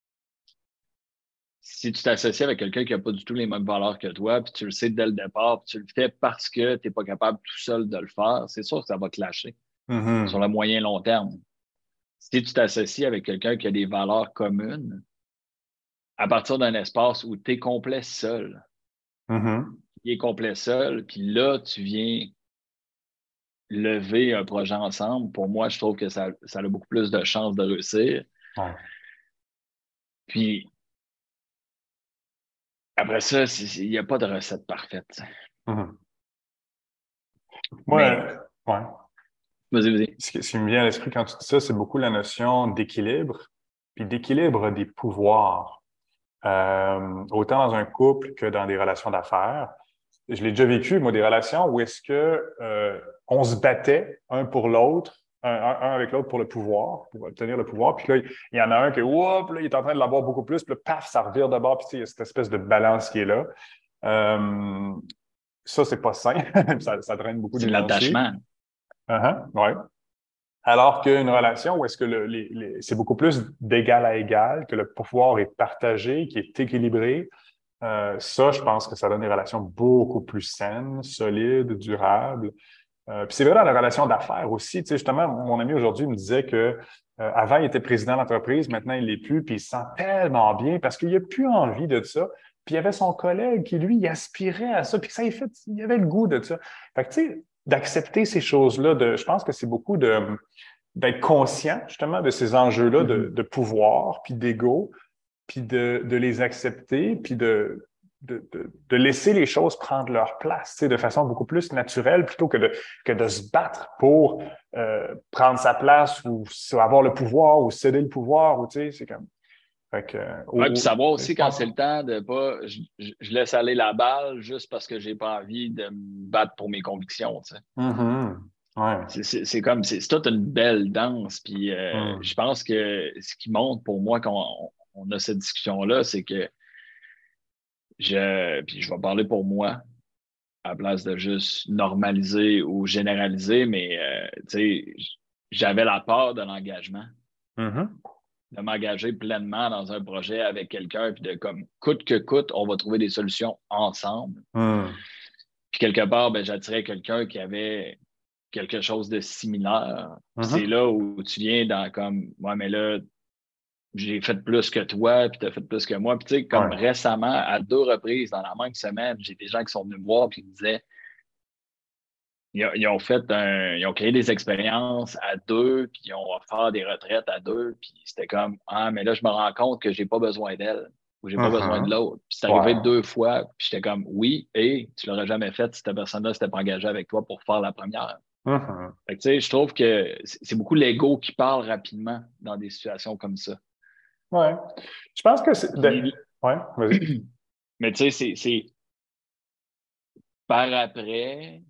Si tu t'associes avec quelqu'un qui n'a pas du tout les mêmes valeurs que toi, puis tu le sais dès le départ, puis tu le fais parce que tu n'es pas capable tout seul de le faire, c'est sûr que ça va clasher sur Mhm. le moyen long terme. Si tu t'associes avec quelqu'un qui a des valeurs communes, à partir d'un espace où tu es complet seul, Mhm. il est complet seul, puis là, tu viens lever un projet ensemble, pour moi, je trouve que ça a beaucoup plus de chances de réussir. Ouais. Puis après ça, il n'y a pas de recette parfaite. Mhm. Moi, Mais ouais. vas-y, vas-y. Ce qui me vient à l'esprit quand tu dis ça, c'est beaucoup la notion d'équilibre, puis d'équilibre des pouvoirs, autant dans un couple que dans des relations d'affaires. Je l'ai déjà vécu, moi, des relations où est-ce que on se battait un pour l'autre, un avec l'autre pour le pouvoir, pour obtenir le pouvoir. Puis là, il y en a un qui, oups, là, il est en train de l'avoir beaucoup plus, puis là, paf, ça revire de bord, puis tu sais, il y a cette espèce de balance qui est là. Euh, Ça, c'est pas sain. Ça draine beaucoup C'est de d'énergie. l'attachement. Ouais. Alors qu'une relation où est-ce que c'est beaucoup plus d'égal à égal, que le pouvoir est partagé, qui est équilibré, ça, je pense que ça donne des relations beaucoup plus saines, solides, durables. Puis c'est vrai dans la relation d'affaires aussi. Tu sais, justement, mon ami aujourd'hui me disait que avant, il était président d'entreprise, maintenant, il l'est plus, puis il se sent tellement bien parce qu'il n'a plus envie de ça. Puis il y avait son collègue qui, lui, il aspirait à ça, puis ça, il avait le goût de ça. Fait que, tu sais, d'accepter ces choses-là, je pense que c'est beaucoup d'être conscient, justement, de ces enjeux-là Mhm. de pouvoir, puis d'ego, puis de les accepter, puis de laisser les choses prendre leur place, tu sais, de façon beaucoup plus naturelle, plutôt que de se battre pour prendre sa place ou avoir le pouvoir ou céder le pouvoir, ou tu sais, c'est comme. Fait que, Ouais, puis savoir je aussi quand pense. c'est le temps de pas. Je laisse aller la balle juste parce que j'ai pas envie de me battre pour mes convictions. Tu sais. Mhm. Ouais. C'est comme. C'est toute une belle danse. Puis je Mhm. pense que ce qui montre pour moi quand on a cette discussion-là, c'est que puis je vais parler pour moi, à la place de juste normaliser ou généraliser, mais tu sais, j'avais la peur de l'engagement, Mhm. de m'engager pleinement dans un projet avec quelqu'un, puis de comme coûte que coûte, on va trouver des solutions ensemble. Mhm. Puis quelque part, ben, j'attirais quelqu'un qui avait quelque chose de similaire. Puis c'est Mhm. là où tu viens dans comme, ouais, mais là, j'ai fait plus que toi, puis tu as fait plus que moi. Puis tu sais, comme Ouais. récemment, à 2 reprises dans la même semaine, j'ai des gens qui sont venus me voir puis qui me disaient, ils ont créé des expériences à deux, puis ils ont offert des retraites à deux, puis c'était comme, ah, mais là, je me rends compte que j'ai pas besoin d'elle ou j'ai pas besoin de Mhm. l'autre. Puis c'est arrivé Ouais. 2 fois, puis j'étais comme, oui, et tu l'aurais jamais fait si cette personne-là s'était pas engagée avec toi pour faire la première. Mhm. Fait que, tu sais, je trouve que c'est beaucoup l'ego qui parle rapidement dans des situations comme ça. Ouais. Je pense que c'est. Puis, Ouais, vas-y. mais tu sais, c'est par après,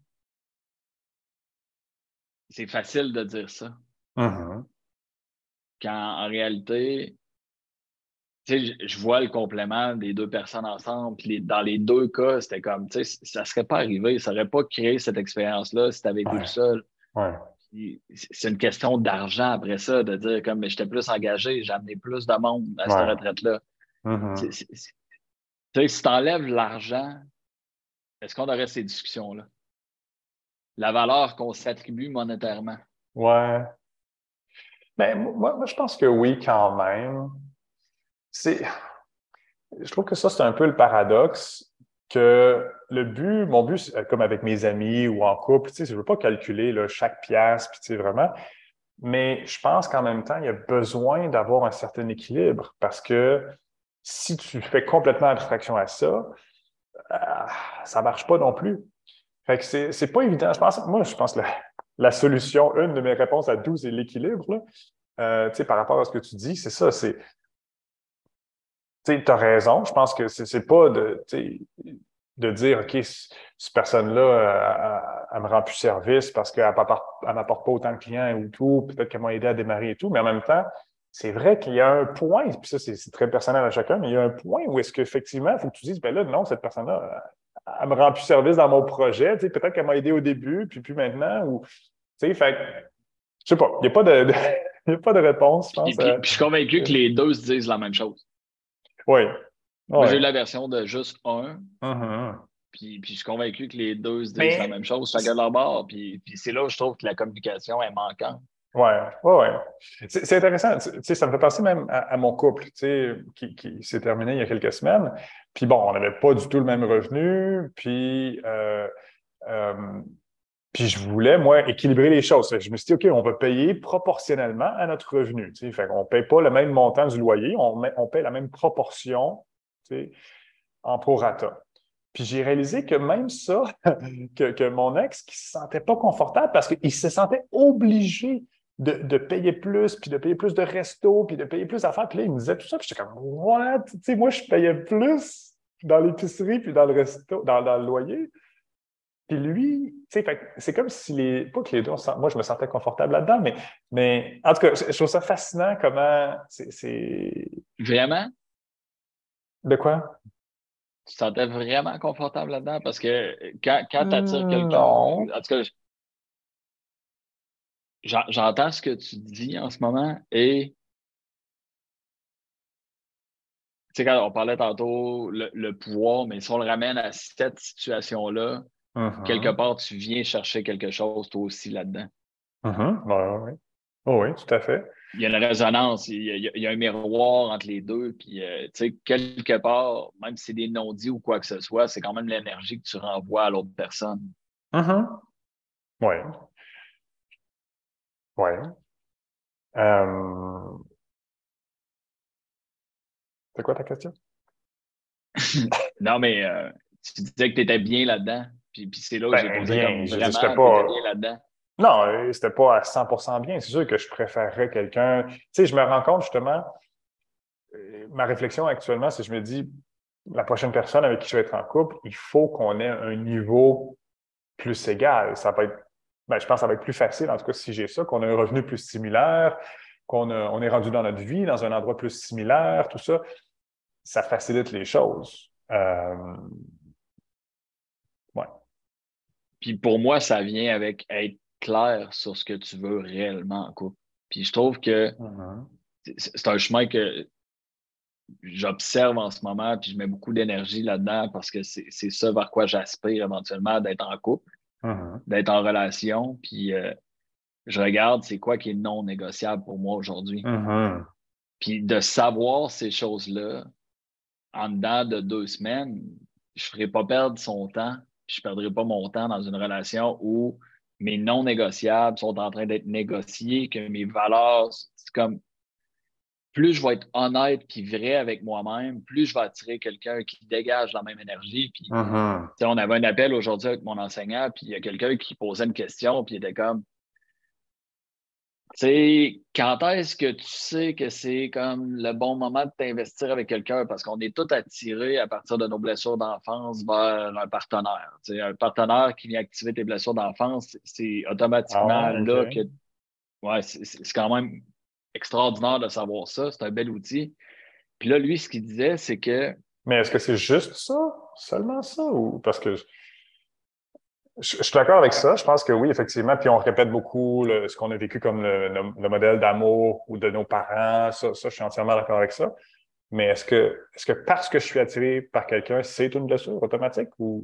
c'est facile de dire ça. Mhm. Quand en réalité, tu sais, je vois le complément des deux personnes ensemble. Puis dans les deux cas, c'était comme, tu sais, ça serait pas arrivé. Ça n'aurait pas créé cette expérience-là si tu avais été tout Ouais. seul. Ouais. Puis c'est une question d'argent après ça, de dire comme, mais j'étais plus engagé, j'ai amené plus de monde à cette Ouais. retraite-là. Mhm. Tu sais, si tu enlèves l'argent, est-ce qu'on aurait ces discussions-là? La valeur qu'on s'attribue monétairement. Ouais. Mais moi, je pense que oui, quand même. C'est, je trouve que ça, c'est un peu le paradoxe que mon but, comme avec mes amis ou en couple, tu sais, je ne veux pas calculer là, chaque pièce, puis tu sais, vraiment, mais je pense qu'en même temps, il y a besoin d'avoir un certain équilibre parce que si tu fais complètement abstraction à ça, euh, ça ne marche pas non plus. Fait que c'est pas évident. Je pense que la solution, une de mes réponses à tout, c'est l'équilibre, là. Tu sais, par rapport à ce que tu dis, c'est ça, tu as raison. Je pense que c'est pas tu sais, de dire, OK, cette personne-là, elle me rend plus service parce qu'elle m'apporte pas autant de clients ou tout, peut-être qu'elle m'a aidé à démarrer et tout, mais en même temps, c'est vrai qu'il y a un point, puis ça, c'est très personnel à chacun, mais il y a un point où est-ce qu'effectivement, il faut que tu dises, ben là, non, cette personne-là, elle me rend plus service dans mon projet, tu sais, peut-être qu'elle m'a aidé au début, puis plus maintenant, ou, tu sais, fait, je sais pas, il n'y a pas il y a pas de réponse, je Puis, pense. puis je suis convaincu que les deux se disent la même chose. Oui, Moi, j'ai eu oui. la version de juste un, Mhm. puis je suis convaincu que les deux se disent la Mais même chose, chacun de leur bord. Puis c'est là où je trouve que la communication est manquante. ouais, ouais, ouais. C'est intéressant. Tu sais, ça me fait penser même à mon couple, tu sais, qui s'est terminé il y a quelques semaines. Puis bon, on n'avait pas du tout le même revenu. Euh, puis je voulais, moi, équilibrer les choses. Fait que je me suis dit, OK, on va payer proportionnellement à notre revenu. Tu sais, fait qu'on ne paye pas le même montant du loyer, on paye la même proportion, tu sais, en prorata. Puis j'ai réalisé que même ça, que mon ex, qui se sentait pas confortable parce qu'il se sentait obligé de payer plus, puis de payer plus de resto, puis de payer plus d'affaires. Puis là, il me disait tout ça, puis j'étais comme, what? Tu sais, moi, je payais plus dans l'épicerie, puis dans le resto, dans le loyer. Puis lui, tu sais, c'est comme si pas que les deux, moi, je me sentais confortable là-dedans, mais en tout cas, je trouve ça fascinant comment Vraiment? de quoi? Tu te sentais vraiment confortable là-dedans? Parce que quand tu attires quelqu'un, Non. en tout cas, j'entends ce que tu dis en ce moment et tu sais, quand on parlait tantôt le pouvoir, mais si on le ramène à cette situation-là, quelque Mhm. part, tu viens chercher quelque chose toi aussi là-dedans. Mhm. Ouais, ouais, ouais. Oh oui, tout à fait. Il y a une résonance, il y a un miroir entre les deux, puis tu sais, quelque part, même si c'est des non-dits ou quoi que ce soit, c'est quand même l'énergie que tu renvoies à l'autre personne. Mhm. Oui, oui. Euh, c'est quoi ta question? Non, mais tu disais que tu étais bien là-dedans, puis c'est là où j'ai Ben, posé bien, comme je veux dire, j'étais vraiment, tu étais bien pas. là-dedans. Non, c'était pas à 100% bien. C'est sûr que je préférerais quelqu'un. Tu sais, je me rends compte justement, ma réflexion actuellement, c'est que je me dis, la prochaine personne avec qui je vais être en couple, il faut qu'on ait un niveau plus égal. Ça va être, ben, je pense que ça va être plus facile, en tout cas, si j'ai ça, qu'on a un revenu plus similaire, on est rendu dans notre vie, dans un endroit plus similaire, tout ça. Ça facilite les choses. Ouais. Puis pour moi, ça vient avec être clair sur ce que tu veux réellement en couple. Puis je trouve que Mhm. c'est un chemin que j'observe en ce moment, puis je mets beaucoup d'énergie là-dedans parce que c'est ça vers quoi j'aspire éventuellement d'être en couple. d'être en relation, puis je regarde c'est quoi qui est non négociable pour moi aujourd'hui. Puis de savoir ces choses-là, en dedans de 2 semaines, je ne ferai pas perdre son temps, je ne perdrai pas mon temps dans une relation où mes non négociables sont en train d'être négociés, que mes valeurs, c'est comme plus je vais être honnête puis vrai avec moi-même, plus je vais attirer quelqu'un qui dégage la même énergie. Puis, on avait un appel aujourd'hui avec mon enseignant, puis il y a quelqu'un qui posait une question, puis il était comme, tu sais, quand est-ce que tu sais que c'est comme le bon moment de t'investir avec quelqu'un? Parce qu'on est tous attirés à partir de nos blessures d'enfance vers un partenaire. Tu sais, un partenaire qui vient activer tes blessures d'enfance, c'est Ah automatiquement ouais, là OK. que. Ouais, c'est quand même extraordinaire de savoir ça. C'est un bel outil. Puis là, lui, ce qu'il disait, c'est que. Mais est-ce que c'est juste ça? Seulement ça? Ou parce que je suis d'accord avec ça. Je pense que oui, effectivement. Puis on répète beaucoup ce qu'on a vécu comme le modèle d'amour ou de nos parents. Ça, je suis entièrement d'accord avec ça. Mais est-ce que parce que je suis attiré par quelqu'un, c'est une blessure automatique ou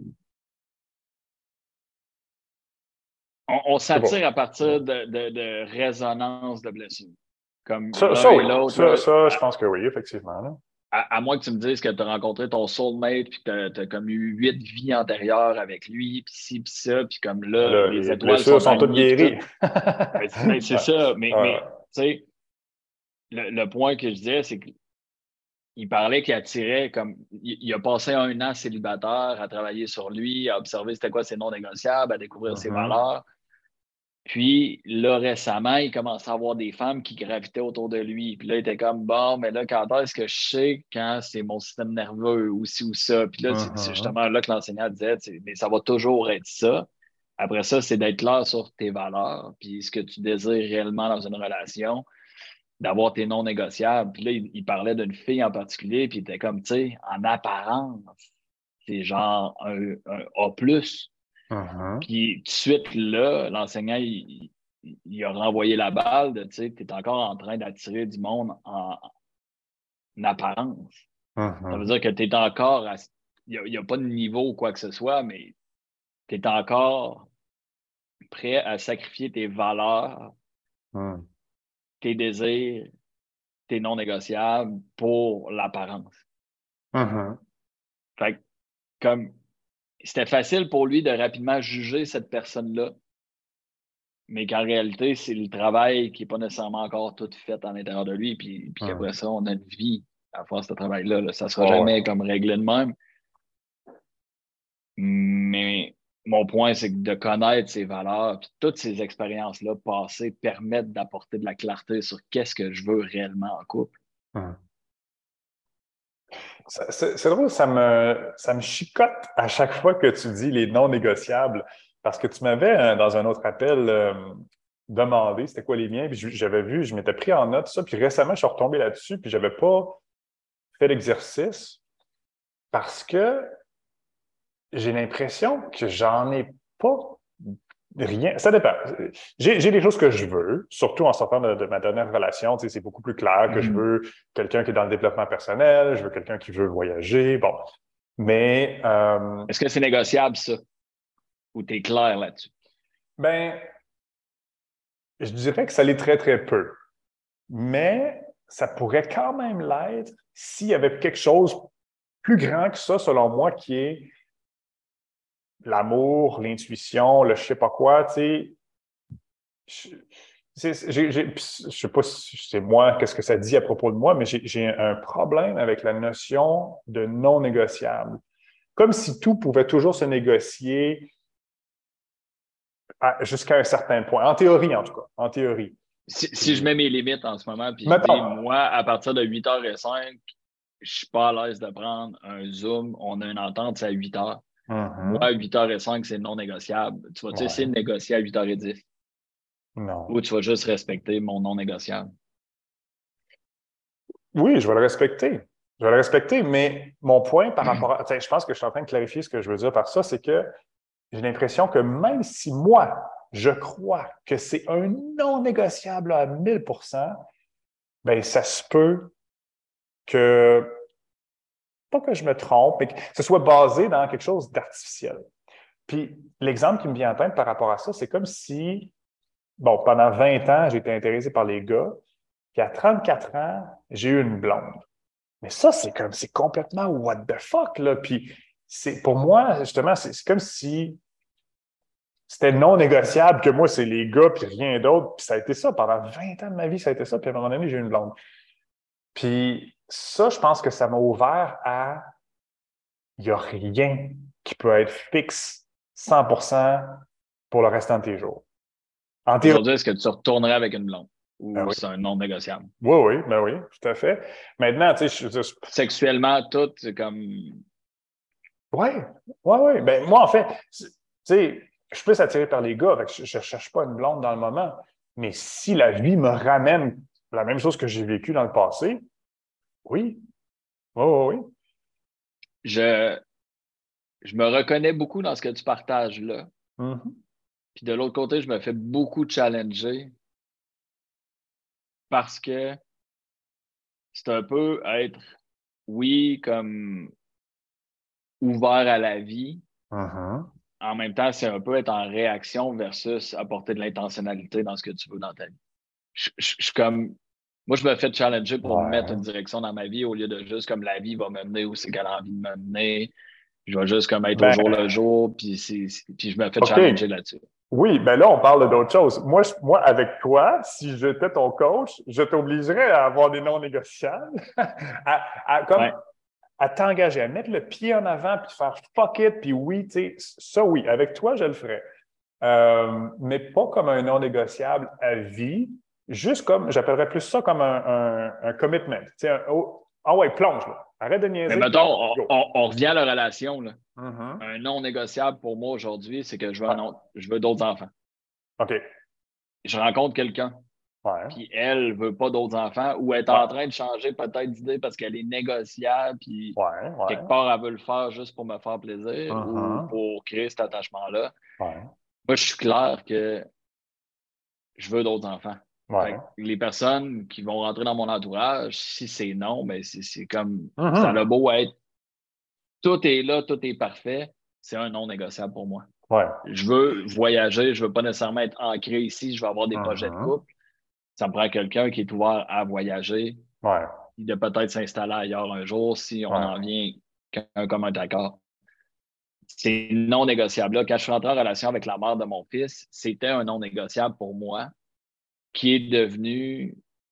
On je sais pas. s'attire à partir de résonance de blessures. Comme Ça, l'un et oui. l'autre, Ça, je là, pense que oui, effectivement. Là. à moins que tu me dises que tu as rencontré ton soulmate, puis que tu as comme eu 8 vies antérieures avec lui, puis ci, puis ça, puis comme Ben là, là, les les étoiles blessures sont sont toutes alignées, puis tout. guéries. Ben, c'est Ouais. ça. Mais Ouais. tu sais, le point que je disais, c'est qu'il parlait qu'il attirait comme. Il a passé 1 an célibataire à travailler sur lui, à observer c'était quoi ses non négociables, à découvrir ses Mhm. valeurs. Puis là, récemment, il commençait à avoir des femmes qui gravitaient autour de lui. Puis là, il était comme, bon, mais là, quand est-ce que je sais quand c'est mon système nerveux ou ci ou ça? Puis là, c'est Mhm. justement là que l'enseignant disait, mais ça va toujours être ça. Après ça, c'est d'être clair sur tes valeurs, puis ce que tu désires réellement dans une relation, d'avoir tes non négociables. Puis là, il parlait d'une fille en particulier, puis il était comme, tu sais, en apparence, c'est genre un A+. Mhm. Puis tout de suite là, l'enseignant, il a renvoyé la balle de, tu sais, tu es encore en train d'attirer du monde en apparence. Ça veut Mhm. dire que tu es encore il n'y a, pas de niveau ou quoi que ce soit, mais tu es encore prêt à sacrifier tes valeurs, Mhm. tes désirs, tes non négociables pour l'apparence. Mhm. Fait que, comme c'était facile pour lui de rapidement juger cette personne-là, mais qu'en réalité, c'est le travail qui n'est pas nécessairement encore tout fait à l'intérieur de lui. Puis après Mhm. ça, on a une vie à faire ce travail-là. Là. Ça ne sera Ouais, ouais. jamais comme réglé de même. Mais mon point, c'est que de connaître ses valeurs, puis toutes ces expériences-là passées permettent d'apporter de la clarté sur qu'est-ce que je veux réellement en couple. Mhm. C'est drôle, ça me chicote à chaque fois que tu dis les non négociables, parce que tu m'avais, dans un autre appel, demandé c'était quoi les miens, puis j'avais vu, je m'étais pris en note ça, puis récemment, je suis retombé là-dessus, puis j'avais pas fait l'exercice parce que j'ai l'impression que j'en ai pas rien. Ça dépend. J'ai des choses que je veux, surtout en sortant de ma dernière relation. Tu sais, c'est beaucoup plus clair que je Mhm. veux quelqu'un qui est dans le développement personnel, je veux quelqu'un qui veut voyager. Bon. Mais, Est-ce que c'est négociable, ça? Ou tu es clair là-dessus? ben, je dirais que ça l'est très, très peu. Mais ça pourrait quand même l'être s'il y avait quelque chose plus grand que ça, selon moi, qui est l'amour, l'intuition, le je sais pas quoi, tu sais. Je sais pas si c'est moi, qu'est-ce que ça dit à propos de moi, mais j'ai un problème avec la notion de non négociable. Comme si tout pouvait toujours se négocier jusqu'à un certain point. En théorie, en tout cas. En théorie. Si je Puis, mets mes limites en ce moment, puis je dis, mettons. moi, à partir de 8h05, je suis pas à l'aise de prendre un Zoom. On a une entente, c'est à 8h. Moi, Mhm. à 8h05, c'est non négociable. Tu vas-tu essayer de Ouais. négocier à 8h10 ou Non. tu vas juste respecter mon non négociable? Oui, je vais le respecter. Je vais le respecter, mais mon point par rapport à. Je pense que je suis en train de clarifier ce que je veux dire par ça, c'est que j'ai l'impression que même si moi, je crois que c'est un non négociable à 1000%, bien, ça se peut que, pas que je me trompe, mais que ce soit basé dans quelque chose d'artificiel. Puis l'exemple qui me vient en tête par rapport à ça, c'est comme si, bon, pendant 20 ans, j'étais intéressé par les gars, puis à 34 ans, j'ai eu une blonde. Mais ça, c'est complètement what the fuck, là. Puis pour moi, justement, c'est comme si c'était non négociable que moi, c'est les gars, puis rien d'autre. Puis ça a été ça. Pendant 20 ans de ma vie, ça a été ça. Puis à un moment donné, j'ai eu une blonde. Puis ça, je pense que ça m'a ouvert à... Il n'y a rien qui peut être fixe 100% pour le restant de tes jours. En théorie, Aujourd'hui, est-ce que tu retournerais avec une blonde ben ou oui. c'est un non négociable? Oui, oui, ben oui, tout à fait. Maintenant, tu sais, Sexuellement, tout, c'est comme. oui, oui, oui. Ben moi, en fait, tu sais, je suis plus attiré par les gars, fait que je ne cherche pas une blonde dans le moment. Mais si la vie me ramène la même chose que j'ai vécu dans le passé, oui, oui, oui, oui. Je, je me reconnais beaucoup dans ce que tu partages là. Mhm. Puis de l'autre côté, je me fais beaucoup challenger parce que c'est un peu être, oui, comme ouvert à la vie. Mhm. En même temps, c'est un peu être en réaction versus apporter de l'intentionnalité dans ce que tu veux dans ta vie. Je suis comme. Moi, je me fais challenger pour mettre Ouais. une direction dans ma vie au lieu de juste comme la vie va me mener où c'est qu'elle a envie de me mener. Je vais juste comme être au Ben, jour le jour, puis, puis je me fais OK. challenger là-dessus. Oui, ben là, on parle d'autre chose. Moi, avec toi, si j'étais ton coach, je t'obligerais à avoir des non négociables, comme Ouais. à t'engager, à mettre le pied en avant, puis faire fuck it, puis oui, tu sais, ça oui, avec toi, je le ferais. Mais pas comme un non négociable à vie, juste comme, j'appellerais plus ça comme un commitment. Tu sais, ah ouais, plonge, là. Arrête de Mais niaiser, mettons, plonge, go. on revient à la relation, là. Mhm. Un non négociable pour moi aujourd'hui, c'est que Ouais. je veux d'autres enfants. OK. Je rencontre quelqu'un, Ouais. puis elle veut pas d'autres enfants, ou est Ouais. en train de changer peut-être d'idée parce qu'elle est négociable, puis Ouais. Ouais. quelque part, elle veut le faire juste pour me faire plaisir ou Mhm. pour créer cet attachement-là. Ouais. Moi, je suis clair que je veux d'autres enfants. Fait Ouais. que les personnes qui vont rentrer dans mon entourage, si c'est non, ben c'est comme ça a Mhm. beau être tout est là, tout est parfait, c'est un non négociable pour moi. Ouais. Je veux voyager, je veux pas nécessairement être ancré ici, je veux avoir des projets de Mhm. couple. Ça me prend quelqu'un qui est ouvert à voyager, Ouais. de peut-être s'installer ailleurs un jour si on Ouais. en vient qu'un commun accord. C'est non négociable. Là, quand je suis rentré en relation avec la mère de mon fils, c'était un non négociable pour moi qui est devenu,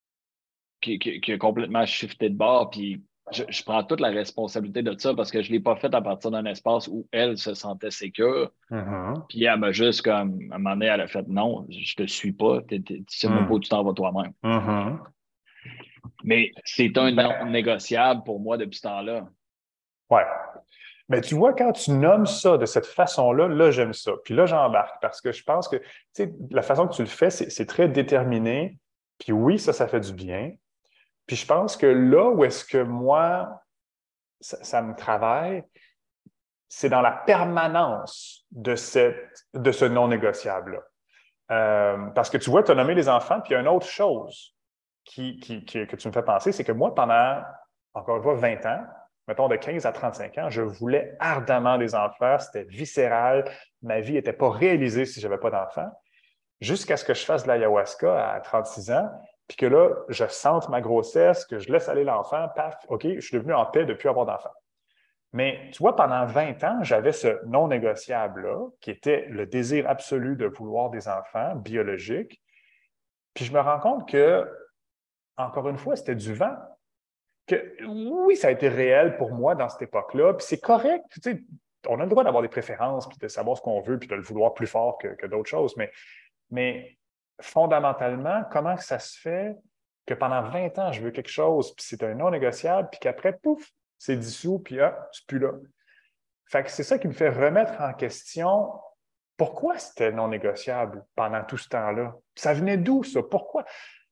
qui a complètement shifté de bord. Puis je prends toute la responsabilité de ça parce que je ne l'ai pas fait à partir d'un espace où elle se sentait sécure. Mhm. Puis elle m'a juste comme, à un moment donné, elle a fait non, je te suis pas, tu sais même pas où Mhm. tu t'en vas toi-même. Mhm. Mais c'est un non Ben, négociable pour moi depuis ce temps-là. ouais. Mais tu vois, quand tu nommes ça de cette façon-là, là, j'aime ça. Puis là, j'embarque parce que je pense que, tu sais, la façon que tu le fais, c'est très déterminé. Puis oui, ça fait du bien. Puis je pense que là où est-ce que moi, ça me travaille, c'est dans la permanence de ce non négociable-là. Parce que tu vois, tu as nommé les enfants, puis il y a une autre chose que tu me fais penser, c'est que moi, pendant, encore une fois, 20 ans, mettons de 15 à 35 ans, je voulais ardemment des enfants, c'était viscéral, ma vie n'était pas réalisée si je n'avais pas d'enfants, jusqu'à ce que je fasse de l'ayahuasca à 36 ans, puis que là, je sente ma grossesse, que je laisse aller l'enfant, paf, OK, je suis devenu en paix depuis avoir d'enfants. Mais tu vois, pendant 20 ans, j'avais ce non négociable-là, qui était le désir absolu de vouloir des enfants biologiques. Puis je me rends compte que, encore une fois, c'était du vent. Que oui, ça a été réel pour moi dans cette époque-là. Puis c'est correct. Tu sais, on a le droit d'avoir des préférences, puis de savoir ce qu'on veut, puis de le vouloir plus fort que d'autres choses. Mais fondamentalement, comment ça se fait que pendant 20 ans, je veux quelque chose, puis c'est un non négociable, puis qu'après, pouf, c'est dissous, puis ah, c'est plus là. Fait que c'est ça qui me fait remettre en question pourquoi c'était non négociable pendant tout ce temps-là. Ça venait d'où, ça? Pourquoi?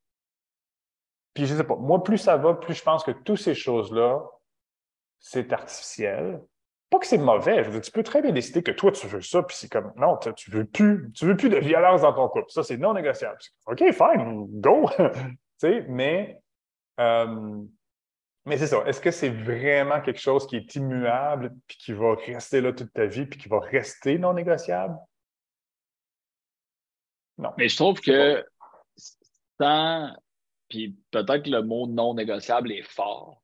Puis je sais pas, moi, plus ça va, plus je pense que toutes ces choses-là, c'est artificiel. Pas que c'est mauvais. Je veux dire, tu peux très bien décider que toi, tu veux ça, puis c'est comme, non, tu veux plus de violence dans ton couple. Ça, c'est non négociable. OK, fine, go. Tu sais, mais Mais c'est ça. Est-ce que c'est vraiment quelque chose qui est immuable, puis qui va rester là toute ta vie, puis qui va rester non négociable? Non, Mais je trouve je sais pas. que sans, puis peut-être que le mot non négociable est fort,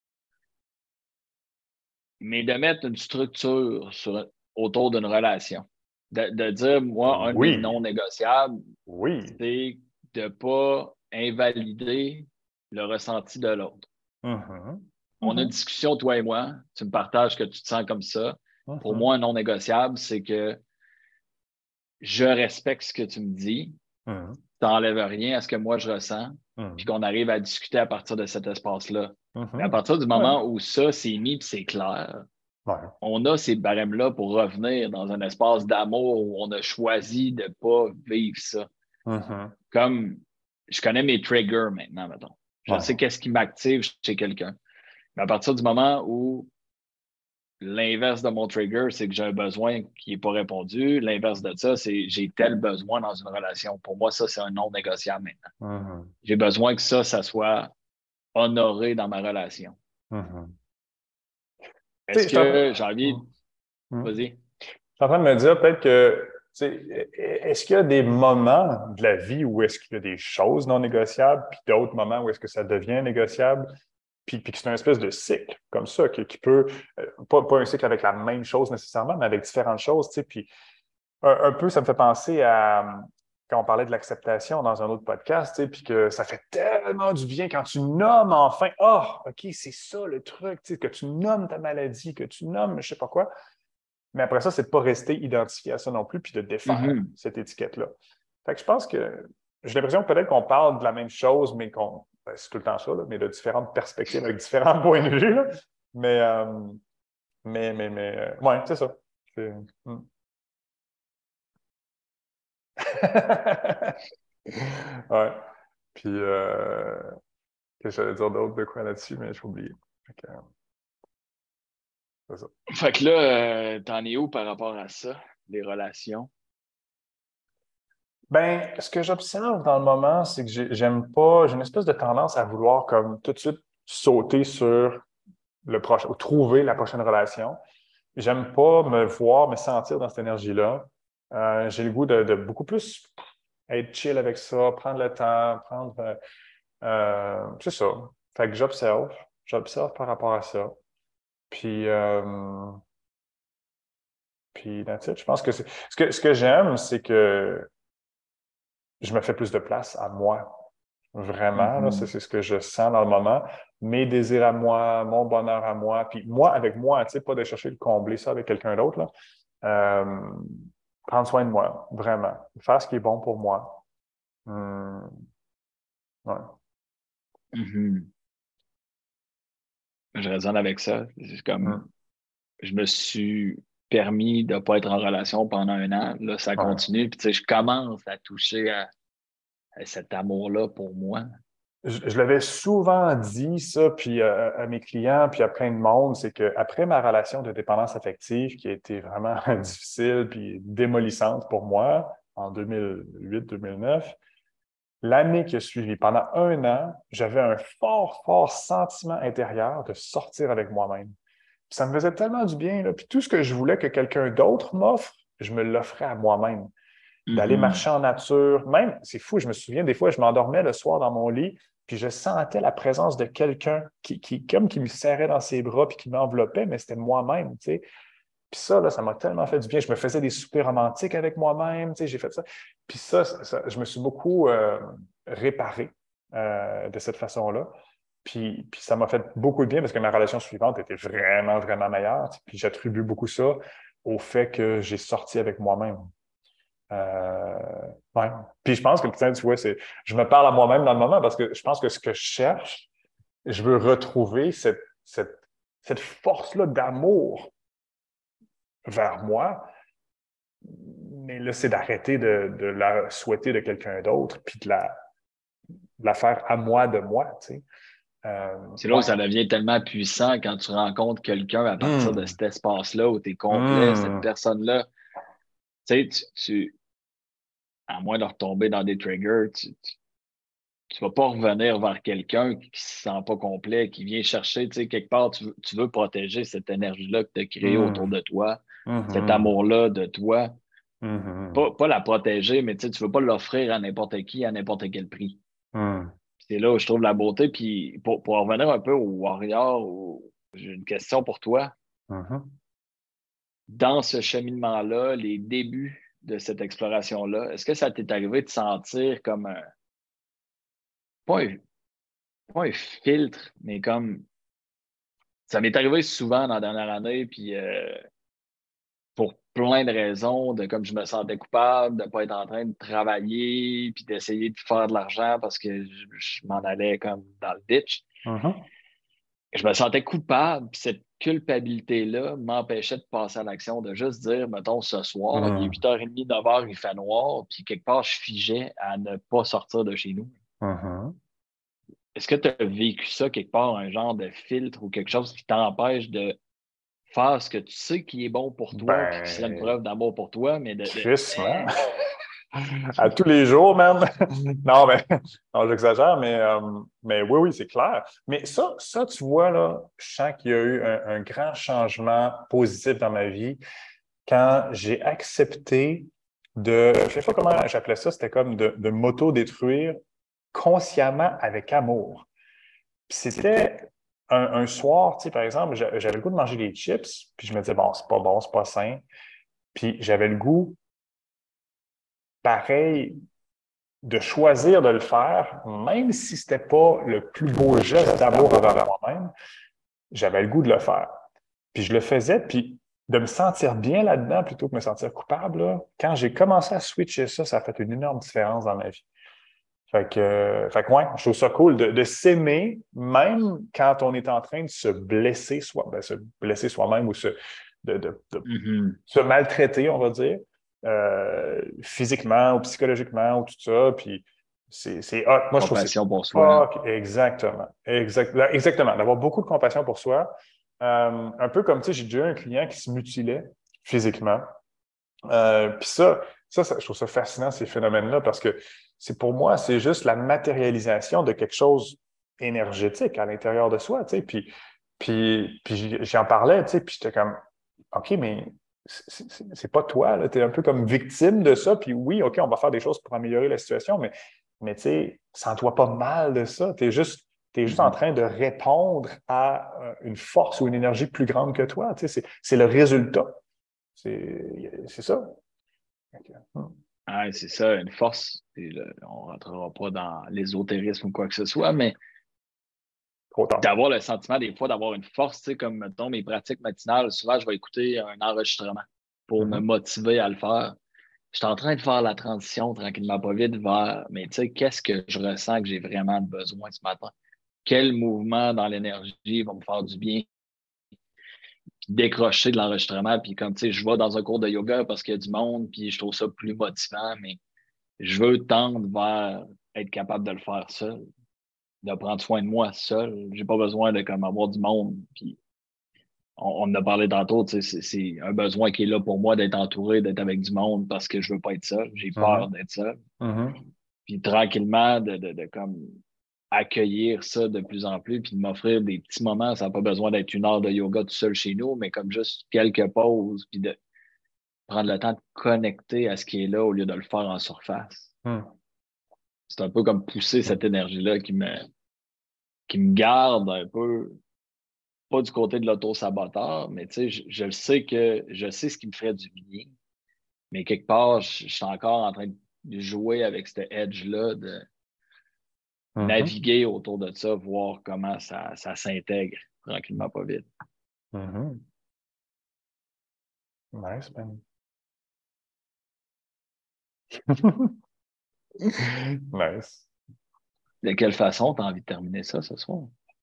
mais de mettre une structure autour d'une relation. De dire, moi, un de mes Oui, non négociables, oui. c'est de ne pas invalider le ressenti de l'autre. Mhm, On a une mhm, discussion, toi et moi, tu me partages que tu te sens comme ça. Pour mhm, moi, un non négociable, c'est que je respecte ce que tu me dis, mhm, tu n'enlèves rien à ce que moi je ressens, puis mhm, qu'on arrive à discuter à partir de cet espace-là. Mais à mhm. partir du Ouais, moment où ça, c'est mis et c'est clair, ouais. on a ces barèmes-là pour revenir dans un espace d'amour où on a choisi de ne pas vivre ça. Mhm, Comme je connais mes triggers maintenant, mettons. Je sais ouais. qu'est-ce qui m'active chez quelqu'un. Mais à partir du moment où l'inverse de mon trigger, c'est que j'ai un besoin qui n'est pas répondu, l'inverse de ça, c'est j'ai tel besoin dans une relation. Pour moi, ça, c'est un non négociable maintenant. Mhm, J'ai besoin que ça soit honoré dans ma relation. mhm. Tu sais, Est-ce que j'ai envie. Mhm, mhm. Vas-y. Je suis en train de me dire peut-être que, tu sais, est-ce qu'il y a des moments de la vie où est-ce qu'il y a des choses non négociables, puis d'autres moments où est-ce que ça devient négociable, puis que c'est une espèce de cycle comme ça, qui peut, pas un cycle avec la même chose nécessairement, mais avec différentes choses, tu sais, puis un peu, ça me fait penser à quand on parlait de l'acceptation dans un autre podcast, tu sais, puis que ça fait tellement du bien quand tu nommes enfin, ah, OK, c'est ça le truc, tu sais, que tu nommes ta maladie, que tu nommes je sais pas quoi. Mais après ça, c'est de ne pas rester identifié à ça non plus, puis de défaire Mhm. cette étiquette-là. Fait que je pense que j'ai l'impression que peut-être qu'on parle de la même chose, mais qu'on. Ben, c'est tout le temps ça, là, mais de différentes perspectives, avec différents points de vue. Là. Mais, ouais, c'est ça. C'est- hmm. Ouais. Puis, que j'allais dire d'autre de quoi là-dessus, mais j'ai oublié. Fait que, c'est ça. Fait que là, t'en es où par rapport à ça, les relations? Ben, ce que j'observe dans le moment, c'est que j'aime pas, j'ai une espèce de tendance à vouloir comme tout de suite sauter sur le prochain, ou trouver la prochaine relation. J'aime pas me voir, me sentir dans cette énergie-là. J'ai le goût de beaucoup plus être chill avec ça, prendre le temps, prendre. C'est ça. Fait que j'observe. J'observe par rapport à ça. Puis, that's it. Je pense que c'est. Ce que j'aime, c'est que je me fais plus de place à moi. Vraiment, là, Mhm. c'est ce que je sens dans le moment. Mes désirs à moi, mon bonheur à moi, puis moi avec moi, tu sais, pas de chercher de combler ça avec quelqu'un d'autre, là. Euh, Prendre soin de moi, vraiment. Faire ce qui est bon pour moi. Ouais. Mhm. Je raisonne avec ça. C'est comme, Hum, je me suis permis de ne pas être en relation pendant un an. Là, ça ouais. continue. Puis, tu sais, je commence à toucher à cet amour-là pour moi. Je l'avais souvent dit, ça, puis à mes clients, puis à plein de monde, c'est qu'après ma relation de dépendance affective, qui a été vraiment difficile puis démolissante pour moi en 2008-2009, l'année qui a suivi, pendant un an, j'avais un fort, fort sentiment intérieur de sortir avec moi-même. Puis ça me faisait tellement du bien, là. Puis tout ce que je voulais que quelqu'un d'autre m'offre, je me l'offrais à moi-même. D'aller Mhm. marcher en nature, même, c'est fou, je me souviens, des fois, je m'endormais le soir dans mon lit, puis je sentais la présence de quelqu'un comme qui me serrait dans ses bras, puis qui m'enveloppait, mais c'était moi-même, tu sais. Puis ça, là, ça m'a tellement fait du bien. Je me faisais des soupers romantiques avec moi-même, tu sais, j'ai fait ça. Puis je me suis beaucoup réparé de cette façon-là. Puis ça m'a fait beaucoup de bien parce que ma relation suivante était vraiment, vraiment meilleure. Tu sais. Puis j'attribue beaucoup ça au fait que j'ai sorti avec moi-même. Euh, ouais. Puis je pense que, putain, tu vois, je me parle à moi-même dans le moment parce que je pense que ce que je cherche, je veux retrouver cette force-là d'amour vers moi. Mais là, c'est d'arrêter de la souhaiter de quelqu'un d'autre, puis de la faire à moi de moi, tu sais. C'est là où Ouais. ça devient tellement puissant quand tu rencontres quelqu'un à partir de Hum, cet espace-là où tu es complet, cette hum, personne-là. Tu sais, à moins de retomber dans des triggers, tu vas pas revenir vers quelqu'un qui ne se sent pas complet, qui vient chercher, tu sais, quelque part, tu veux protéger cette énergie-là que tu as créée autour Mhm. de toi, cet Mhm. amour-là de toi. Mhm. Pas la protéger, mais tu sais, tu veux pas l'offrir à n'importe qui, à n'importe quel prix. Mhm. C'est là où je trouve la beauté. Puis pour en revenir un peu au Warrior, j'ai une question pour toi. Mhm. Dans ce cheminement-là, les débuts de cette exploration-là, est-ce que ça t'est arrivé de sentir comme pas un, pas un filtre, mais comme ça m'est arrivé souvent dans la dernière année, puis pour plein de raisons, de comme je me sentais coupable, de ne pas être en train de travailler, puis d'essayer de faire de l'argent parce que je m'en allais comme dans le ditch. Mhm. Je me sentais coupable, puis cette culpabilité-là m'empêchait de passer à l'action, de juste dire, mettons, ce soir, il est Mhm. 8h30, 9h, il fait noir, puis quelque part, je figeais à ne pas sortir de chez nous. Mhm. Est-ce que tu as vécu ça quelque part, un genre de filtre ou quelque chose qui t'empêche de faire ce que tu sais qui est bon pour toi, puis qui serait une Ben, preuve d'amour pour toi, mais crissement. À tous les jours, même. Non, mais non, j'exagère, mais oui, oui, c'est clair. Mais ça, tu vois, là, je sens qu'il y a eu un grand changement positif dans ma vie quand j'ai accepté je ne sais pas comment j'appelais ça, c'était comme de m'auto-détruire consciemment avec amour. Puis c'était un soir, tu sais, par exemple, j'avais le goût de manger des chips, puis je me disais, bon, c'est pas bon, c'est pas sain. Puis j'avais le goût, pareil, de choisir de le faire, même si c'était pas le plus beau geste d'amour envers moi-même, j'avais le goût de le faire. Puis je le faisais, puis de me sentir bien là-dedans plutôt que de me sentir coupable, là, quand j'ai commencé à switcher ça, ça a fait une énorme différence dans ma vie. Ouais, je trouve ça cool de s'aimer, même quand on est en train de se blesser, se blesser soi-même ou de Mhm. se maltraiter, on va dire, physiquement ou psychologiquement ou tout ça. Puis c'est hot. Moi, je trouve que c'est Compassion pour soi. fuck, exactement. Exactement. D'avoir beaucoup de compassion pour soi. Un peu comme, tu sais, j'ai déjà eu un client qui se mutilait physiquement. Puis je trouve ça fascinant, ces phénomènes-là, parce que pour moi, c'est juste la matérialisation de quelque chose énergétique à l'intérieur de soi, tu sais. Puis j'en parlais, tu sais, puis j'étais comme, OK, mais c'est pas toi, là, tu es un peu comme victime de ça, puis oui, OK, on va faire des choses pour améliorer la situation, mais tu sais, sens-toi pas mal de ça, t'es juste en Mhm. train de répondre à une force ou une énergie plus grande que toi, tu sais, c'est le résultat. C'est ça. Ok. Ah, c'est ça, une force. On ne rentrera pas dans l'ésotérisme ou quoi que ce soit, mais Trop tard. d'avoir le sentiment des fois d'avoir une force, tu sais, comme mettons mes pratiques matinales, souvent je vais écouter un enregistrement pour me Mhm. motiver à le faire. Je suis en train de faire la transition tranquillement pas vite vers, mais tu sais, qu'est-ce que je ressens que j'ai vraiment besoin ce matin? Quel mouvement dans l'énergie va me faire du bien? Puis décrocher de l'enregistrement, puis comme tu sais, je vais dans un cours de yoga parce qu'il y a du monde, puis je trouve ça plus motivant, mais je veux tendre vers être capable de le faire seul, de prendre soin de moi seul. J'ai pas besoin de comme avoir du monde. Puis on en a parlé tantôt, tu sais, c'est un besoin qui est là pour moi d'être entouré, d'être avec du monde parce que je veux pas être seul. J'ai peur Mhm. d'être seul. Mhm. Puis tranquillement, de comme accueillir ça de plus en plus, puis de m'offrir des petits moments. Ça n'a pas besoin d'être 1 heure de yoga tout seul chez nous, mais comme juste quelques pauses, puis de prendre le temps de connecter à ce qui est là au lieu de le faire en surface. Mhm. C'est un peu comme pousser cette énergie-là qui me garde un peu, pas du côté de l'auto-saboteur, mais tu sais, je le sais que je sais ce qui me ferait du bien, mais quelque part, je suis encore en train de jouer avec cet edge-là, de Mhm. naviguer autour de ça, voir comment ça s'intègre tranquillement, pas vite. Mhm. Nice, man. Nice. De quelle façon tu as envie de terminer ça ce soir?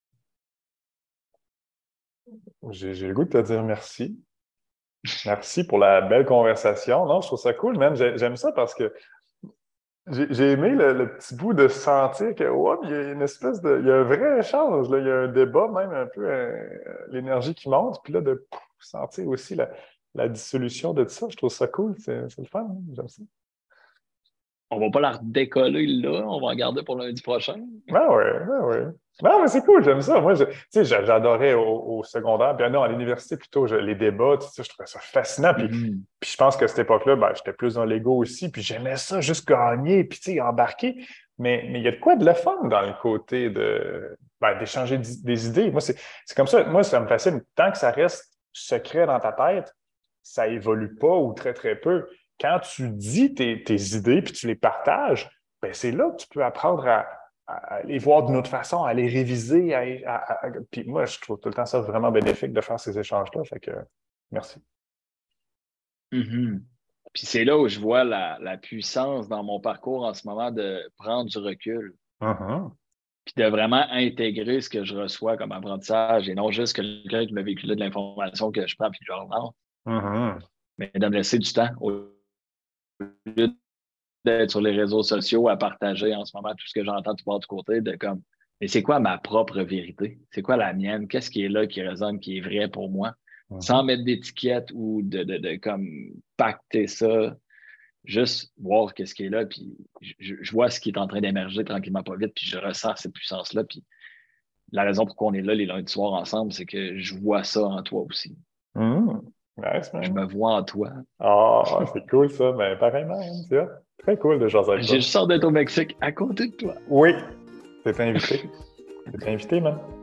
J'ai le goût de te dire merci. Merci pour la belle conversation. Non, je trouve ça cool, man. J'aime ça parce que j'ai aimé le petit bout de sentir que, ouais, il y a une espèce il y a un vrai échange, là. Il y a un débat, même un peu, l'énergie qui monte, puis là, de sentir aussi la dissolution de tout ça. Je trouve ça cool. C'est le fun, hein. J'aime ça. On va pas la redécoller là, on va en garder pour lundi prochain. Ben ouais, ben ouais. Non, mais c'est cool, j'aime ça. Moi, tu sais, j'adorais au secondaire. Puis non, à l'université, plutôt, les débats, tu sais, je trouvais ça fascinant. Puis je pense qu'à cette époque-là, ben, j'étais plus dans l'ego aussi. Puis j'aimais ça, juste gagner, puis tu sais, embarquer. Mais il y a de quoi de le fun dans le côté d'échanger des idées. Moi, c'est comme ça. Moi, ça me fascine. Tant que ça reste secret dans ta tête, ça évolue pas ou très, très peu. Quand tu dis tes idées puis tu les partages, ben c'est là que tu peux apprendre à les voir d'une autre façon, à les réviser. Puis moi, je trouve tout le temps ça vraiment bénéfique de faire ces échanges-là. Fait que merci. Mhm. Puis c'est là où je vois la puissance dans mon parcours en ce moment de prendre du recul, Mhm. puis de vraiment intégrer ce que je reçois comme apprentissage et non juste quelqu'un qui m'a véhiculé de l'information que je prends puis que je relance, Mhm. mais de me laisser du temps au lieu d'être sur les réseaux sociaux à partager en ce moment tout ce que j'entends de part du côté de comme, mais c'est quoi ma propre vérité? C'est quoi la mienne? Qu'est-ce qui est là, qui résonne, qui est vrai pour moi? Sans Mhm. mettre d'étiquette ou de comme pacter ça, juste voir qu'est-ce qui est là, puis je vois ce qui est en train d'émerger tranquillement pas vite, puis je ressens cette puissance-là, puis la raison pour laquelle on est là les lundis soirs ensemble, c'est que je vois ça en toi aussi. Mhm. Nice, Je man. me vois en toi. Ah, c'est cool ça. Ben, pareillement, hein, tu vois. Très cool de jaser avec J'ai toi. juste hâte d'être au Mexique à côté de toi. Oui, t'es invité. T'es invité, man.